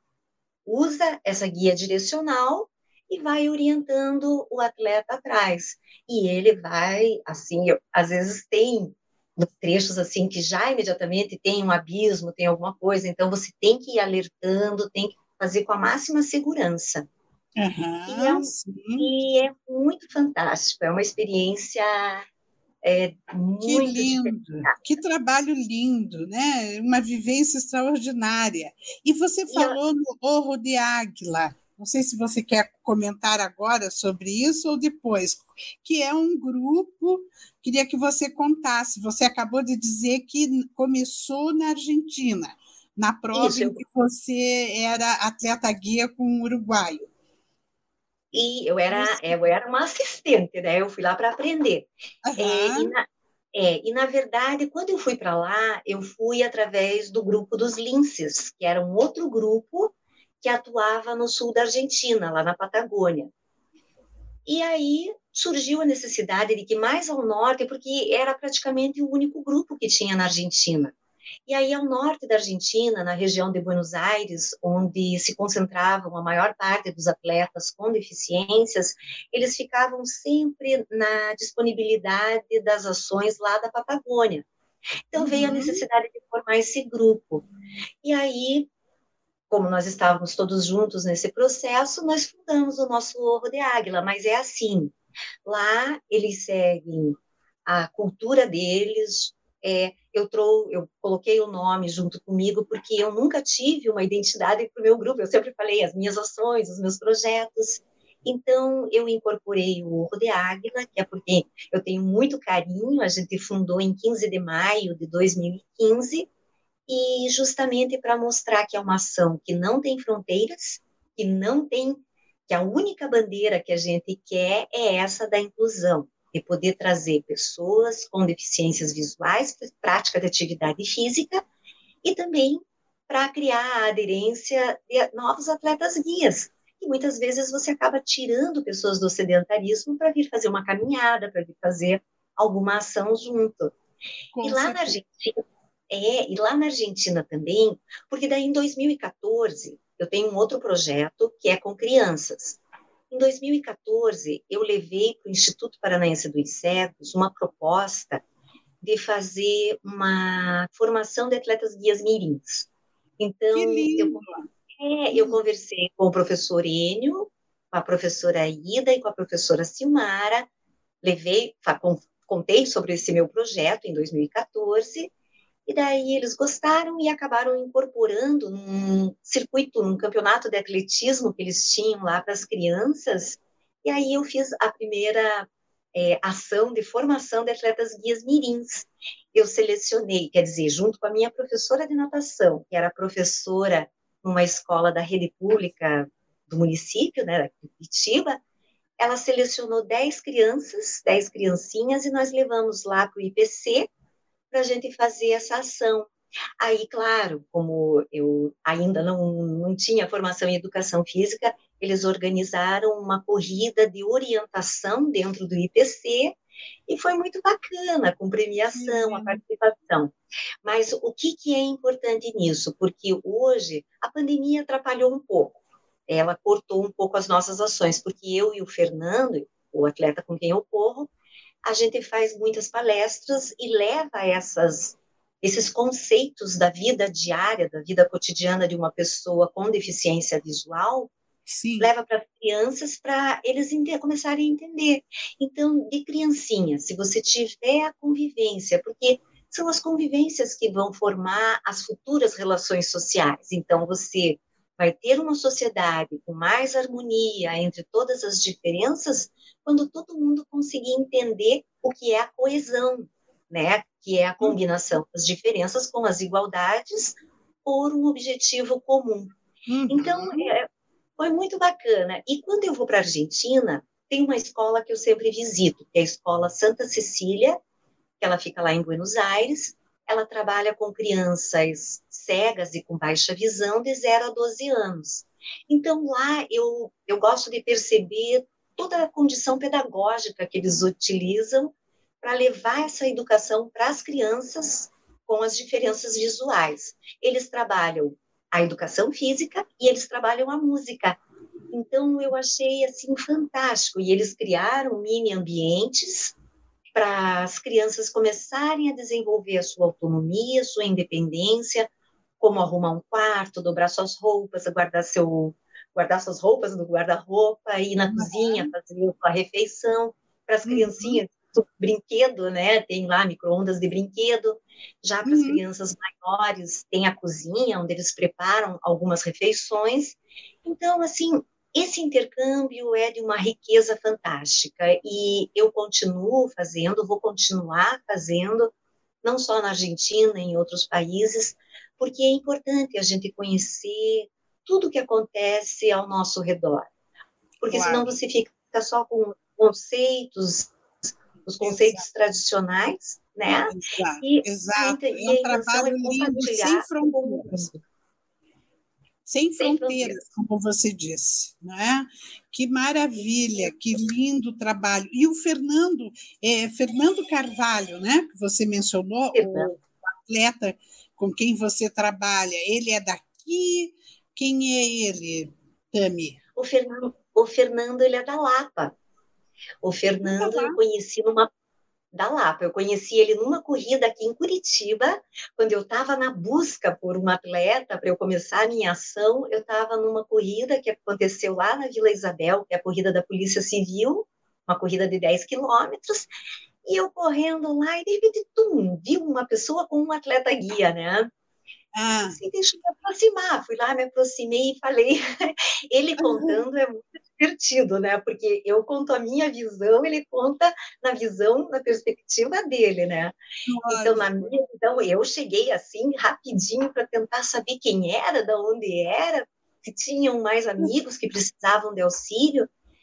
usa essa guia direcional e vai orientando o atleta atrás. E ele vai, assim, eu, às vezes tem trechos assim que já imediatamente tem um abismo, tem alguma coisa, então você tem que ir alertando, tem que fazer com a máxima segurança. Uhum, e, é, e é muito fantástico, é uma experiência é, muito que lindo, diferente. que trabalho lindo, né? Uma vivência extraordinária. E você falou e eu... no Morro de Águila, não sei se você quer comentar agora sobre isso ou depois, que é um grupo, queria que você contasse, você acabou de dizer que começou na Argentina, na prova isso, em que eu... você era atleta guia com um uruguaio. E eu era, eu era uma assistente, né? Eu fui lá para aprender. Uhum. É, e, na, é, e, na verdade, quando eu fui para lá, eu fui através do grupo dos Linces, que era um outro grupo que atuava no sul da Argentina, lá na Patagônia. E aí surgiu a necessidade de que mais ao norte, porque era praticamente o único grupo que tinha na Argentina. E aí, ao norte da Argentina, na região de Buenos Aires, onde se concentravam a maior parte dos atletas com deficiências, eles ficavam sempre na disponibilidade das ações lá da Patagônia. Então, uhum. veio a necessidade de formar esse grupo. E aí, como nós estávamos todos juntos nesse processo, nós fundamos o nosso Morro de Águila, mas é assim, lá eles seguem a cultura deles, é, eu, trou eu coloquei o nome junto comigo porque eu nunca tive uma identidade para o meu grupo, eu sempre falei as minhas ações, os meus projetos, então eu incorporei o Morro de Águila, que é porque eu tenho muito carinho, a gente fundou em quinze de maio de dois mil e quinze, e justamente para mostrar que é uma ação que não tem fronteiras, que não tem, que a única bandeira que a gente quer é essa da inclusão. de poder trazer pessoas com deficiências visuais para a prática de atividade física e também para criar a aderência de novos atletas guias. E muitas vezes você acaba tirando pessoas do sedentarismo para vir fazer uma caminhada, para vir fazer alguma ação junto. Com e lá certeza. na Argentina, é, e lá na Argentina também, porque daí em dois mil e quatorze eu tenho um outro projeto que é com crianças. Em dois mil e quatorze, eu levei para o Instituto Paranaense dos Cegos uma proposta de fazer uma formação de atletas guias mirins. Então, Que lindo! Eu, é, eu conversei com o professor Enio, com a professora Ida e com a professora Silmara, levei, contei sobre esse meu projeto em dois mil e quatorze, e daí eles gostaram e acabaram incorporando num circuito, num campeonato de atletismo que eles tinham lá para as crianças, e aí eu fiz a primeira é, ação de formação de atletas guias mirins. Eu selecionei, quer dizer, junto com a minha professora de natação, que era professora numa escola da rede pública do município, né, de Curitiba, ela selecionou dez crianças, dez criancinhas, e nós levamos lá para o I P C, para a gente fazer essa ação. Aí, claro, como eu ainda não, não tinha formação em educação física, eles organizaram uma corrida de orientação dentro do I P C, e foi muito bacana, com premiação, a participação. Mas o que, que é importante nisso? Porque hoje a pandemia atrapalhou um pouco, ela cortou um pouco as nossas ações, porque eu e o Fernando, o atleta com quem eu corro, a gente faz muitas palestras e leva essas, esses conceitos da vida diária, da vida cotidiana de uma pessoa com deficiência visual, Sim. leva para crianças para eles começarem a entender. Então, de criancinha, se você tiver a convivência, porque são as convivências que vão formar as futuras relações sociais. Então, você vai ter uma sociedade com mais harmonia entre todas as diferenças quando todo mundo conseguir entender o que é a coesão, né? Que é a combinação das diferenças com as igualdades por um objetivo comum. Uhum. Então, é, foi muito bacana. E quando eu vou para a Argentina, tem uma escola que eu sempre visito, que é a Escola Santa Cecília, que ela fica lá em Buenos Aires. Ela trabalha com crianças cegas e com baixa visão de zero a doze anos. Então, lá eu, eu gosto de perceber toda a condição pedagógica que eles utilizam para levar essa educação para as crianças com as diferenças visuais. Eles trabalham a educação física e eles trabalham a música. Então, eu achei assim fantástico. E eles criaram mini ambientes para as crianças começarem a desenvolver a sua autonomia, a sua independência, como arrumar um quarto, dobrar suas roupas, guardar, seu, guardar suas roupas no guarda-roupa, ir na uhum. cozinha, fazer a refeição. Para as uhum. criancinhas, brinquedo, né? Tem lá micro-ondas de brinquedo. Já para as uhum. crianças maiores, tem a cozinha, onde eles preparam algumas refeições. Então, assim, esse intercâmbio é de uma riqueza fantástica e eu continuo fazendo, vou continuar fazendo, não só na Argentina, em outros países, porque é importante a gente conhecer tudo o que acontece ao nosso redor. Porque claro. Senão você fica só com conceitos, os conceitos Exato. Tradicionais, né? Exato. E, Exato. E, e é um trabalho lindo, sem fronteiras. Sem fronteiras, como você disse, não é? Que maravilha, que lindo trabalho. E o Fernando, é, Fernando Carvalho, né? Que você mencionou, Fernando. O atleta com quem você trabalha, ele é daqui? Quem é ele, Tami? O Fernando, o Fernando ele é da Lapa. O Fernando eu conheci numa da Lapa. Eu conheci ele numa corrida aqui em Curitiba, quando eu estava na busca por um atleta para eu começar a minha ação. Eu estava numa corrida que aconteceu lá na Vila Isabel, que é a corrida da Polícia Civil, uma corrida de dez quilômetros, e eu correndo lá, e de repente, tum, vi uma pessoa com um atleta guia, né? Ah. Assim, deixa eu me aproximar. Fui lá, me aproximei e falei. Ele contando é muito divertido, né? Porque eu conto a minha visão, ele conta na visão, na perspectiva dele, né? Nossa. Então, na minha visão, eu cheguei assim, rapidinho, para tentar saber quem era, de onde era, se tinham mais amigos que precisavam de auxílio.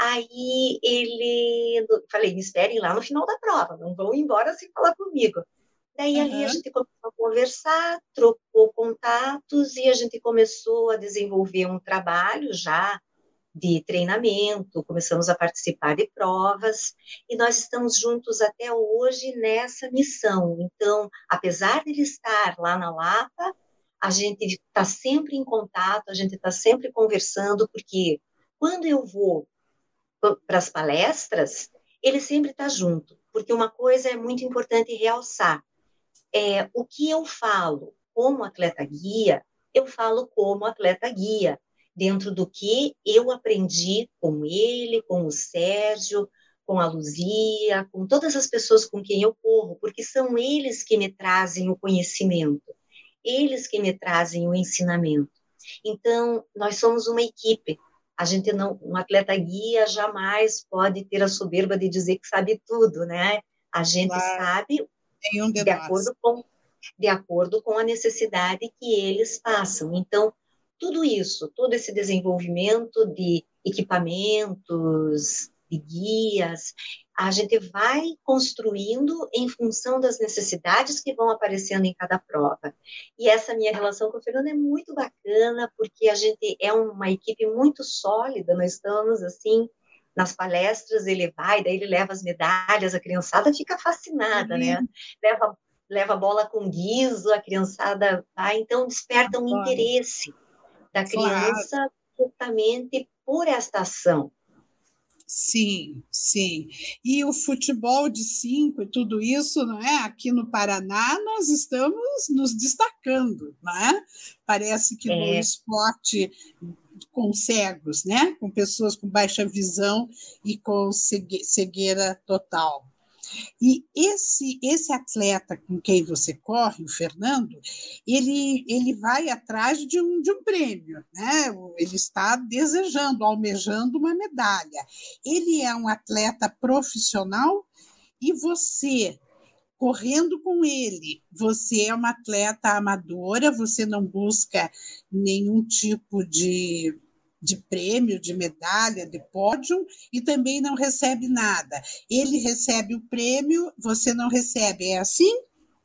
Aí ele, falei, me esperem lá no final da prova, não vão embora sem falar comigo. Daí Uhum. ali a gente começou a conversar, trocou contatos e a gente começou a desenvolver um trabalho já de treinamento, começamos a participar de provas e nós estamos juntos até hoje nessa missão. Então, apesar de ele estar lá na Lapa, a gente está sempre em contato, a gente está sempre conversando, porque quando eu vou para as palestras, ele sempre está junto, porque uma coisa é muito importante realçar, é, o que eu falo como atleta guia, eu falo como atleta guia, dentro do que eu aprendi com ele, com o Sérgio, com a Luzia, com todas as pessoas com quem eu corro, porque são eles que me trazem o conhecimento, eles que me trazem o ensinamento. Então, nós somos uma equipe. A gente não, um atleta guia jamais pode ter a soberba de dizer que sabe tudo, né? A gente Claro, sabe nenhum de de nós. acordo com de acordo com a necessidade que eles passam. Então, tudo isso, todo esse desenvolvimento de equipamentos, de guias, a gente vai construindo em função das necessidades que vão aparecendo em cada prova. E essa minha relação com o Fernando é muito bacana, porque a gente é uma equipe muito sólida, nós estamos, assim, nas palestras, ele vai, daí ele leva as medalhas, a criançada fica fascinada, né? Leva leva a bola com guiso, a criançada vai, então desperta um interesse da criança Claro. justamente por esta ação. Sim, sim. E o futebol de cinco e tudo isso, não é? Aqui no Paraná nós estamos nos destacando, não é? Parece que no É. esporte com cegos, né? Com pessoas com baixa visão e com cegueira total. E esse, esse atleta com quem você corre, o Fernando, ele, ele vai atrás de um, de um prêmio, né? Ele está desejando, almejando uma medalha. Ele é um atleta profissional e você, correndo com ele, você é uma atleta amadora, você não busca nenhum tipo de... de prêmio, de medalha, de pódio, e também não recebe nada. Ele recebe o prêmio, você não recebe, é assim?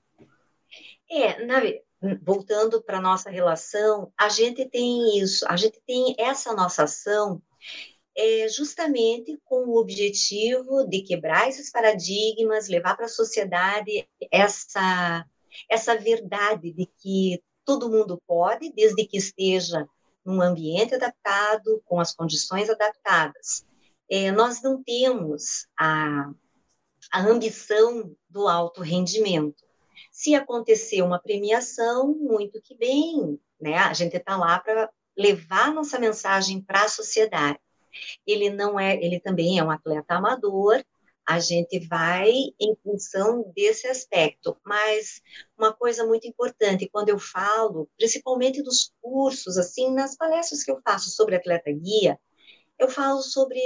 É, na, voltando para a nossa relação, a gente tem isso, a gente tem essa nossa ação é, justamente com o objetivo de quebrar esses paradigmas, levar para a sociedade essa, essa verdade de que todo mundo pode, desde que esteja num ambiente adaptado, com as condições adaptadas. É, nós não temos a, a ambição do alto rendimento. Se acontecer uma premiação, muito que bem, né? A gente está lá para levar nossa mensagem para a sociedade. Ele não é, ele também é um atleta amador, a gente vai em função desse aspecto, mas uma coisa muito importante, quando eu falo, principalmente dos cursos, assim, nas palestras que eu faço sobre atleta guia, eu falo sobre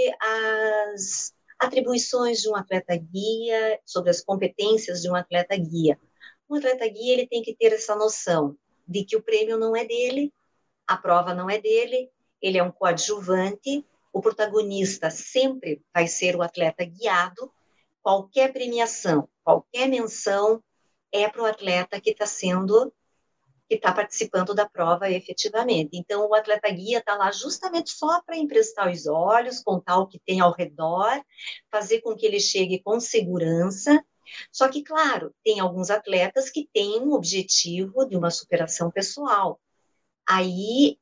as atribuições de um atleta guia, sobre as competências de um atleta guia. Um atleta guia, ele tem que ter essa noção de que o prêmio não é dele, a prova não é dele, ele é um coadjuvante, o protagonista sempre vai ser o atleta guiado, qualquer premiação, qualquer menção é para o atleta que está sendo, que está participando da prova efetivamente. Então, o atleta guia está lá justamente só para emprestar os olhos, contar o que tem ao redor, fazer com que ele chegue com segurança. Só que, claro, tem alguns atletas que têm um objetivo de uma superação pessoal. Aí,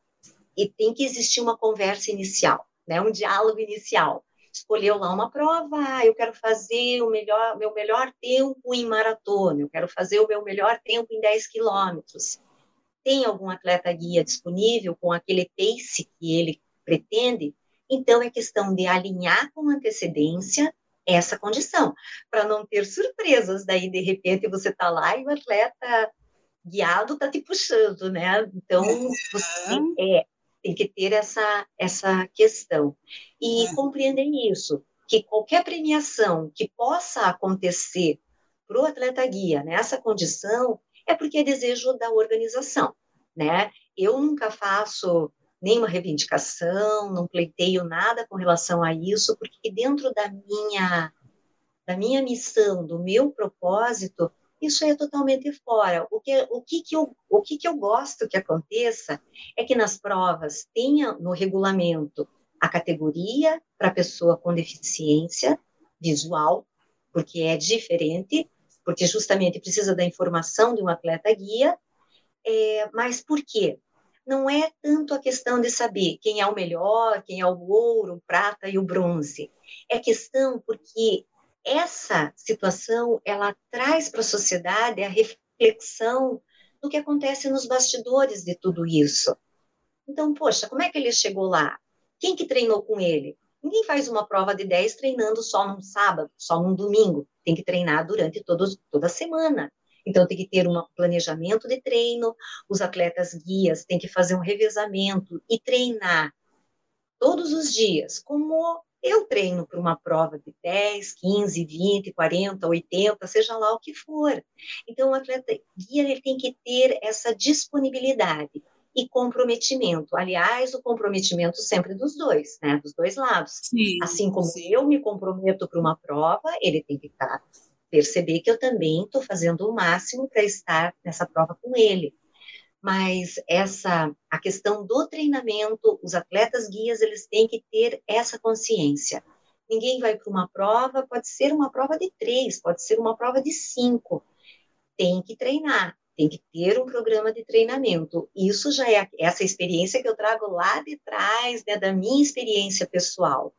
e tem que existir uma conversa inicial, né? Um diálogo inicial. Escolheu lá uma prova, ah, eu quero fazer o melhor, meu melhor tempo em maratona, eu quero fazer o meu melhor tempo em dez quilômetros. Tem algum atleta guia disponível com aquele pace que ele pretende? Então, é questão de alinhar com antecedência essa condição, para não ter surpresas, daí, de repente, você está lá e o atleta guiado está te puxando, né? Então, você tem, é, tem que ter essa, essa questão. E é. compreender isso, que qualquer premiação que possa acontecer para o atleta guia nessa condição é porque é desejo da organização, né? Eu nunca faço nenhuma reivindicação, não pleiteio nada com relação a isso, porque dentro da minha, da minha missão, do meu propósito, isso é totalmente fora. O que, o que, que, eu, o que, que eu gosto que aconteça é que nas provas tenha no regulamento a categoria para a pessoa com deficiência visual, porque é diferente, porque justamente precisa da informação de um atleta guia. É, mas por quê? Não é tanto a questão de saber quem é o melhor, quem é o ouro, o prata e o bronze. É questão porque essa situação, ela traz para a sociedade a reflexão do que acontece nos bastidores de tudo isso. Então, poxa, como é que ele chegou lá? Quem que treinou com ele? Ninguém faz uma prova de dez treinando só num sábado, só num domingo. Tem que treinar durante todos, toda a semana. Então, tem que ter um planejamento de treino, os atletas guias têm que fazer um revezamento e treinar todos os dias, como eu treino para uma prova de dez, quinze, vinte, quarenta, oitenta, seja lá o que for. Então, o atleta guia ele tem que ter essa disponibilidade e comprometimento. Aliás, o comprometimento sempre dos dois, né? Dos dois lados. Sim, assim como sim. eu me comprometo para uma prova, ele tem que estar, perceber que eu também estou fazendo o máximo para estar nessa prova com ele. Mas essa, a questão do treinamento, os atletas guias, eles têm que ter essa consciência. Ninguém vai para uma prova, pode ser uma prova de três, pode ser uma prova de cinco. Tem que treinar, tem que ter um programa de treinamento. Isso já é essa experiência que eu trago lá de trás, né, da minha experiência pessoal.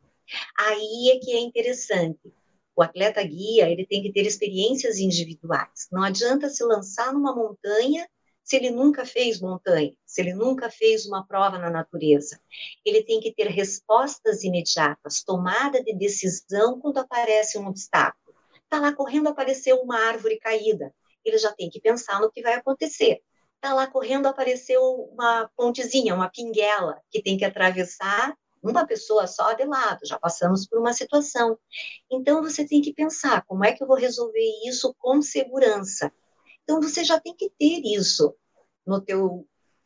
Aí é que é interessante. O atleta guia, ele tem que ter experiências individuais. Não adianta se lançar numa montanha se ele nunca fez montanha, se ele nunca fez uma prova na natureza. Ele tem que ter respostas imediatas, tomada de decisão quando aparece um obstáculo. Está lá correndo, apareceu uma árvore caída. Ele já tem que pensar no que vai acontecer. Está lá correndo, apareceu uma pontezinha, uma pinguela, que tem que atravessar uma pessoa só de lado, já passamos por uma situação. Então, você tem que pensar, como é que eu vou resolver isso com segurança? Então, você já tem que ter isso no teu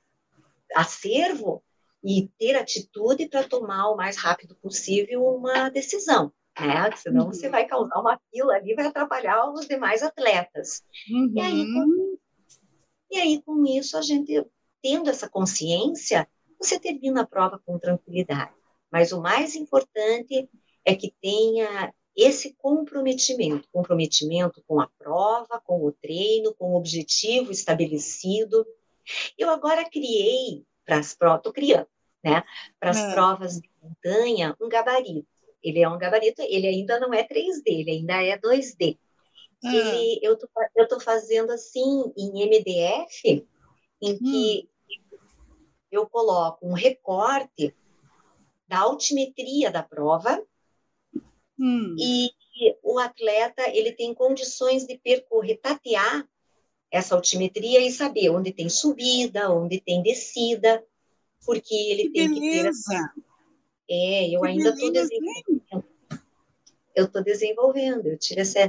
acervo e ter atitude para tomar o mais rápido possível uma decisão, né? Senão uhum. você vai causar uma fila ali, vai atrapalhar os demais atletas. Uhum. E aí, com, e aí, com isso, a gente, tendo essa consciência, você termina a prova com tranquilidade. Mas o mais importante é que tenha esse comprometimento, comprometimento com a prova, com o treino, com o objetivo estabelecido. Eu agora criei, para as provas, estou criando, né, para as é. provas de montanha, um gabarito. Ele é um gabarito, ele ainda não é três D, ele ainda é dois D. É. Ele, eu tô, eu tô fazendo assim, em M D F, em que hum. eu coloco um recorte da altimetria da prova, hum. e o atleta ele tem condições de percorrer, tatear essa altimetria e saber onde tem subida, onde tem descida, porque ele que tem beleza. que ter essa... É, eu que ainda estou desenvolvendo. Eu estou desenvolvendo, eu tiro essa...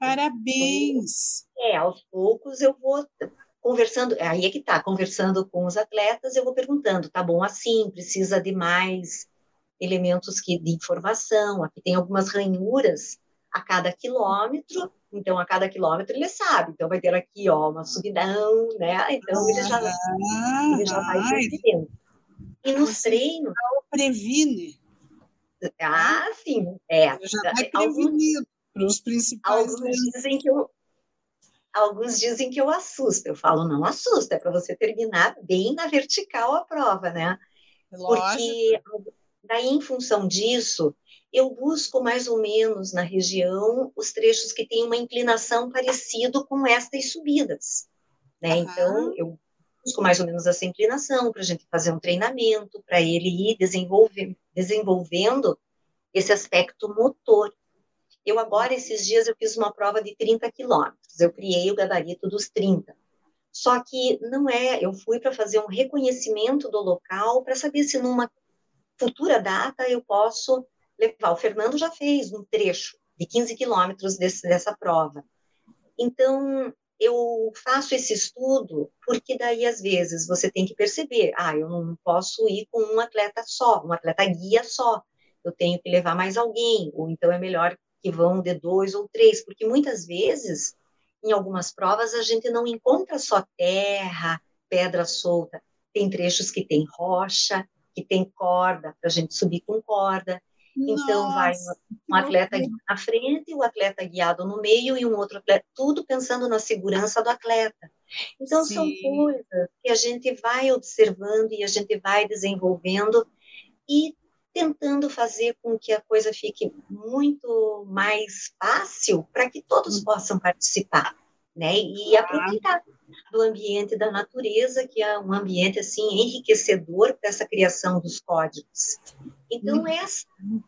Parabéns! É, aos poucos eu vou conversando, aí é que tá, conversando com os atletas, eu vou perguntando, tá bom assim, precisa de mais elementos que, de informação, aqui tem algumas ranhuras a cada quilômetro, então a cada quilômetro ele sabe, então vai ter aqui, ó, uma subidão, né, então ah, ele já, ah, ele já vai percebendo. E nos você treinos... previne. Ah, né? Sim, é. Ele já vai prevenido para os principais... Alguns dizem que eu... Alguns dizem que eu assusto, eu falo, não assusta, é para você terminar bem na vertical a prova, né? Lógico. Porque daí, em função disso, eu busco mais ou menos na região os trechos que têm uma inclinação parecida com estas subidas, né? Uhum. Então, eu busco mais ou menos essa inclinação para a gente fazer um treinamento, para ele ir desenvolver, desenvolvendo esse aspecto motor. Eu agora, esses dias, eu fiz uma prova de trinta quilômetros, eu criei o gabarito dos trinta. Só que não é, eu fui para fazer um reconhecimento do local, para saber se numa futura data eu posso levar. O Fernando já fez um trecho de quinze quilômetros desse, dessa prova. Então, eu faço esse estudo porque daí, às vezes, você tem que perceber, ah, eu não posso ir com um atleta só, um atleta guia só, eu tenho que levar mais alguém, ou então é melhor que vão de dois ou três, porque muitas vezes, em algumas provas, a gente não encontra só terra, pedra solta, tem trechos que tem rocha, que tem corda, para a gente subir com corda, então vai Nossa, um atleta na frente, o atleta guiado no meio e um outro atleta, tudo pensando na segurança do atleta. Então, sim. são coisas que a gente vai observando e a gente vai desenvolvendo e tentando fazer com que a coisa fique muito mais fácil para que todos possam participar, né? E aproveitar do ambiente da natureza, que é um ambiente assim enriquecedor para essa criação dos códigos. Então, hum. essa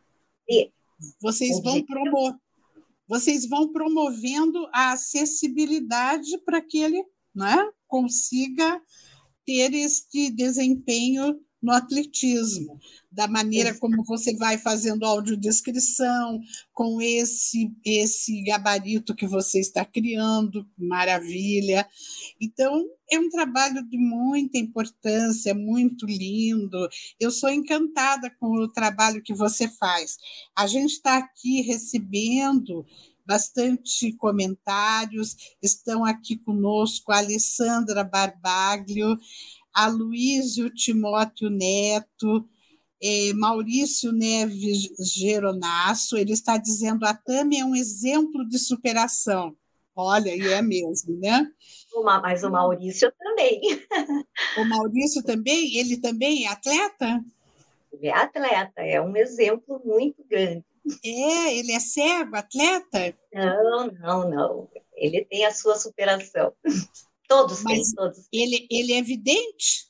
vocês vão promover, vocês vão promovendo a acessibilidade para que ele, né, consiga ter este desempenho no atletismo, da maneira como você vai fazendo audiodescrição, com esse, esse gabarito que você está criando, maravilha. Então, é um trabalho de muita importância, muito lindo. Eu sou encantada com o trabalho que você faz. A gente está aqui recebendo bastante comentários, estão aqui conosco a Alessandra Barbaglio, a Luísio Timóteo Neto, eh, Maurício Neves Geronasso, ele está dizendo a Tami é um exemplo de superação. Olha, e é mesmo, né? Mas o Maurício também. O Maurício também? Ele também é atleta? Ele é atleta, é um exemplo muito grande. É, ele é cego, atleta? Não, não, não. Ele tem a sua superação. Todos Mas têm, todos. Ele, ele é vidente?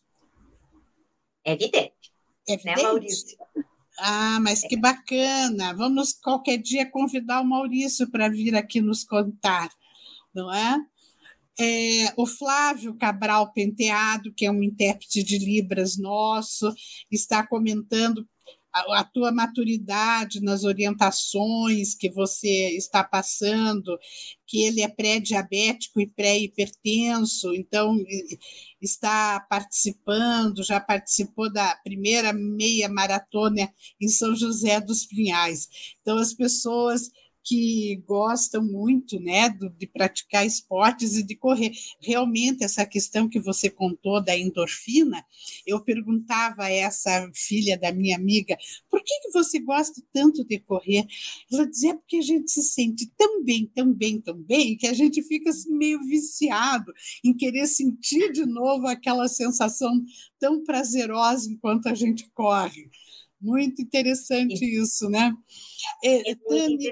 É vidente. É vidente? Né, Maurício? Ah, mas que bacana. Vamos qualquer dia convidar o Maurício para vir aqui nos contar, não é? É, o Flávio Cabral Penteado, que é um intérprete de Libras nosso, está comentando a, a tua maturidade nas orientações que você está passando, que ele é pré-diabético e pré-hipertenso, então está participando, já participou da primeira meia maratona em São José dos Pinhais. Então, as pessoas que gostam muito, né, de praticar esportes e de correr. Realmente, essa questão que você contou da endorfina, eu perguntava a essa filha da minha amiga, por que, que você gosta tanto de correr? Ela dizia, porque a gente se sente tão bem, tão bem, tão bem, que a gente fica assim, meio viciado em querer sentir de novo aquela sensação tão prazerosa enquanto a gente corre. Muito interessante isso, né? É, Tami,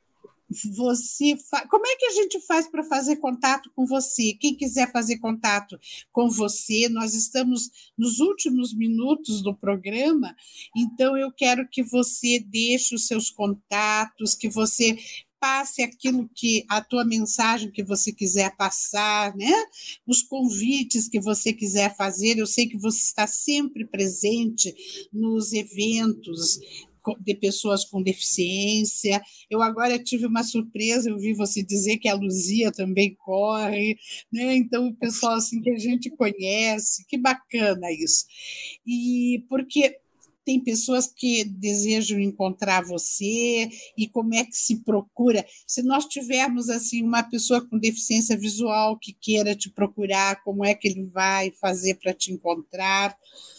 você fa... como é que a gente faz para fazer contato com você? Quem quiser fazer contato com você, nós estamos nos últimos minutos do programa, então eu quero que você deixe os seus contatos, que você passe aquilo que a tua mensagem que você quiser passar, né? Os convites que você quiser fazer. Eu sei que você está sempre presente nos eventos de pessoas com deficiência. Eu agora tive uma surpresa, eu vi você dizer que a Luzia também corre, né? Então o pessoal assim que a gente conhece, que bacana isso. E porque tem pessoas que desejam encontrar você, e como é que se procura? Se nós tivermos assim uma pessoa com deficiência visual que queira te procurar, como é que ele vai fazer para te encontrar?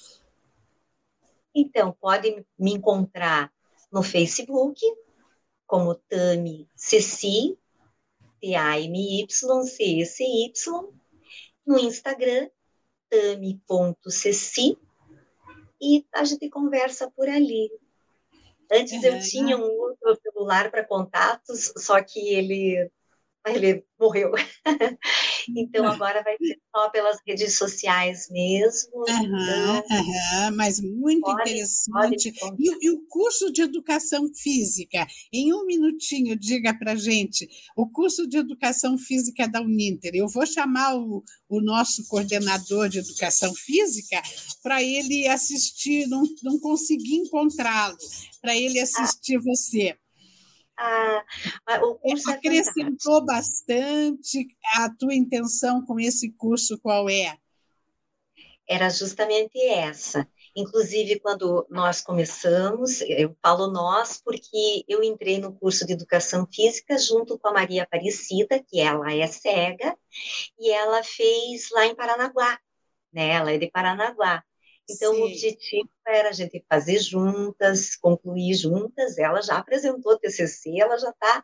Então, pode me encontrar no Facebook, como Tami Ceci, T A M Y C E C Y, no Instagram, tami ponto ceci, e a gente conversa por ali. Antes eu tinha um outro celular para contatos, só que ele, ele morreu. Então, agora vai ser só pelas redes sociais mesmo. Aham, então, aham, mas muito pode, interessante. pode E, e o curso de educação física? Em um minutinho, diga para a gente, o curso de educação física da Uninter. Eu vou chamar o, o nosso coordenador de educação física para ele assistir, não, não consegui encontrá-lo, para ele assistir ah. você. Ah, o curso é acrescentou bastante. A tua intenção com esse curso qual é? Era justamente essa. Inclusive, quando nós começamos, eu falo nós porque eu entrei no curso de Educação Física junto com a Maria Aparecida, que ela é cega, e ela fez lá em Paranaguá, né? Ela é de Paranaguá. Então, Sim. O objetivo era a gente fazer juntas, concluir juntas. Ela já apresentou o T C C, ela já está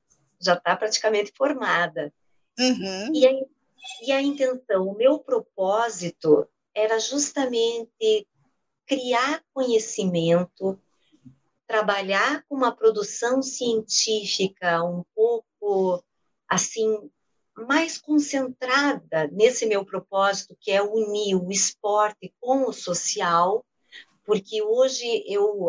já tá praticamente formada. Uhum. E, a, e a intenção, o meu propósito era justamente criar conhecimento, trabalhar com uma produção científica um pouco, assim, mais concentrada nesse meu propósito, que é unir o esporte com o social, porque hoje eu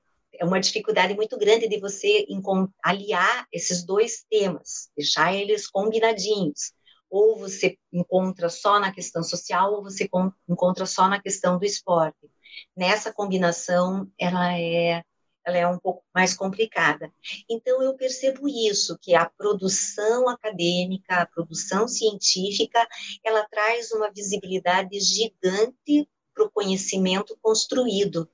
é uma dificuldade muito grande de você aliar esses dois temas, deixar eles combinadinhos. Ou você encontra só na questão social, ou você encontra só na questão do esporte. Nessa combinação, ela é, ela é um pouco mais complicada. Então, eu percebo isso, que a produção acadêmica, a produção científica, ela traz uma visibilidade gigante para o conhecimento construído.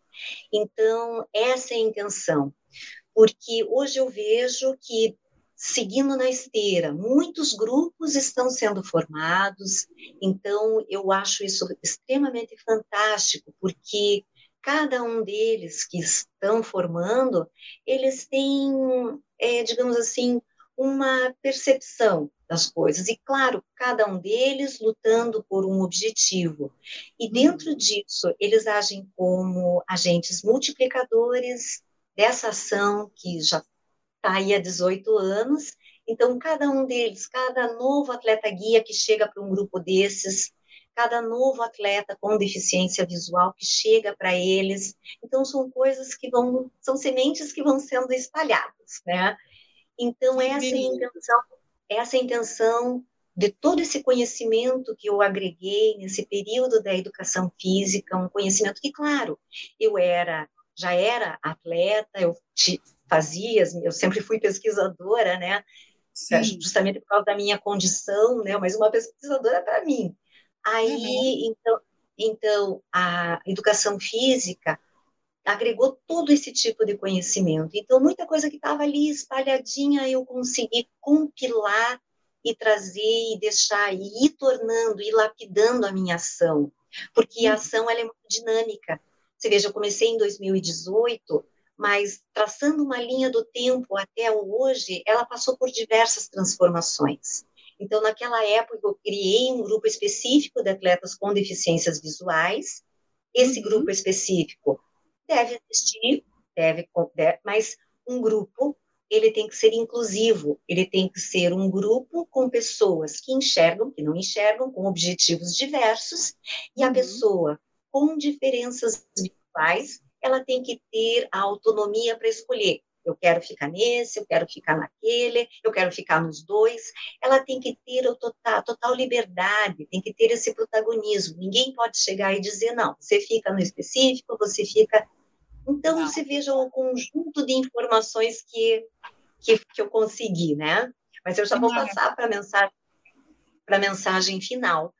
Então, essa é a intenção. Porque hoje eu vejo que, seguindo na esteira, muitos grupos estão sendo formados, então eu acho isso extremamente fantástico, porque cada um deles que estão formando, eles têm, é, digamos assim, uma percepção das coisas, e claro, cada um deles lutando por um objetivo, e dentro disso, eles agem como agentes multiplicadores dessa ação que já está aí há dezoito anos, então cada um deles, cada novo atleta guia que chega para um grupo desses, cada novo atleta com deficiência visual que chega para eles, então são coisas que vão, são sementes que vão sendo espalhadas, né? Então essa é a intenção, essa é a intenção de todo esse conhecimento que eu agreguei nesse período da educação física, um conhecimento que, claro, eu era, já era atleta, eu te, fazia, eu sempre fui pesquisadora, né? Sim. Justamente por causa da minha condição, né? Mas uma pesquisadora para mim. Aí, uhum. então, então, a educação física agregou todo esse tipo de conhecimento. Então, muita coisa que estava ali espalhadinha, eu consegui compilar e trazer e deixar, e ir tornando, ir lapidando a minha ação. Porque a ação, ela é muito dinâmica. Você veja, eu comecei em dois mil e dezoito, mas traçando uma linha do tempo até hoje, ela passou por diversas transformações. Então, naquela época, eu criei um grupo específico de atletas com deficiências visuais. Esse uhum. grupo específico deve existir, deve, deve, mas um grupo, ele tem que ser inclusivo, ele tem que ser um grupo com pessoas que enxergam, que não enxergam, com objetivos diversos, e uhum. a pessoa com diferenças visuais, ela tem que ter a autonomia para escolher. Eu quero ficar nesse, eu quero ficar naquele, eu quero ficar nos dois. Ela tem que ter a total, total liberdade, tem que ter esse protagonismo. Ninguém pode chegar e dizer, não, você fica no específico, você fica... Então, não. Você veja o conjunto de informações que, que, que eu consegui, né? Mas eu já vou passar para a mensagem, para a mensagem final.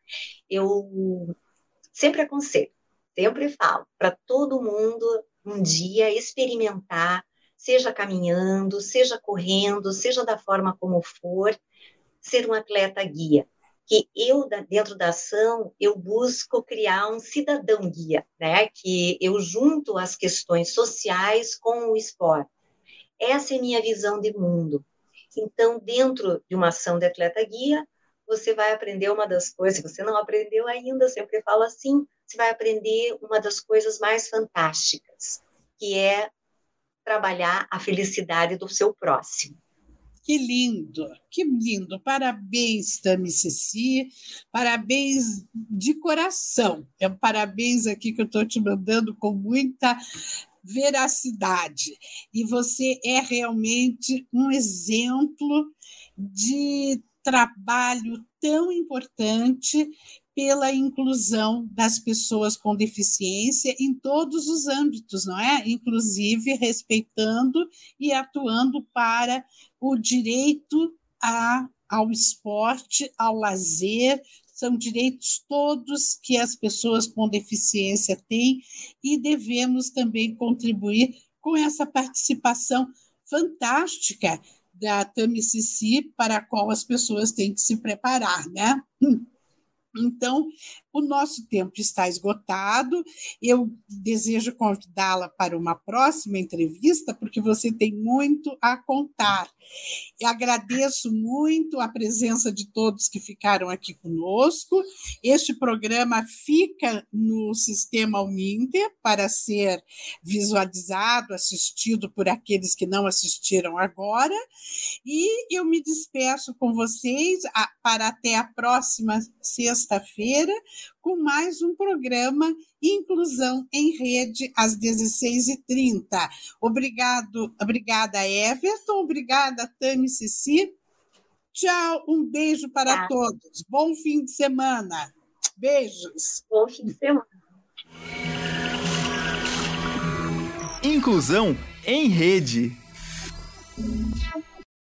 Eu sempre aconselho, sempre falo, para todo mundo um dia experimentar, seja caminhando, seja correndo, seja da forma como for, ser um atleta guia. Que eu, dentro da ação, eu busco criar um cidadão guia, né? Que eu junto as questões sociais com o esporte. Essa é a minha visão de mundo. Então, dentro de uma ação de atleta guia, você vai aprender uma das coisas, se você não aprendeu ainda, eu sempre falo assim, você vai aprender uma das coisas mais fantásticas, que é trabalhar a felicidade do seu próximo. Que lindo, que lindo. Parabéns, Tami Ceci, parabéns de coração. É um parabéns aqui que eu estou te mandando com muita veracidade. E você é realmente um exemplo de trabalho tão importante pela inclusão das pessoas com deficiência em todos os âmbitos, não é? Inclusive respeitando e atuando para o direito a, ao esporte, ao lazer. São direitos todos que as pessoas com deficiência têm e devemos também contribuir com essa participação fantástica da Tami-Cici, para a qual as pessoas têm que se preparar, né? Então, o nosso tempo está esgotado. Eu desejo convidá-la para uma próxima entrevista, porque você tem muito a contar. Eu agradeço muito a presença de todos que ficaram aqui conosco. Este programa fica no Sistema Uninter para ser visualizado, assistido por aqueles que não assistiram agora. E eu me despeço com vocês para até a próxima sexta-feira, com mais um programa Inclusão em Rede, às dezesseis e trinta. Obrigado, obrigada, Everton, obrigada, Tami-Cici. Tchau, um beijo para Tchau. Todos. Bom fim de semana. Beijos. Bom fim de semana. Inclusão em Rede.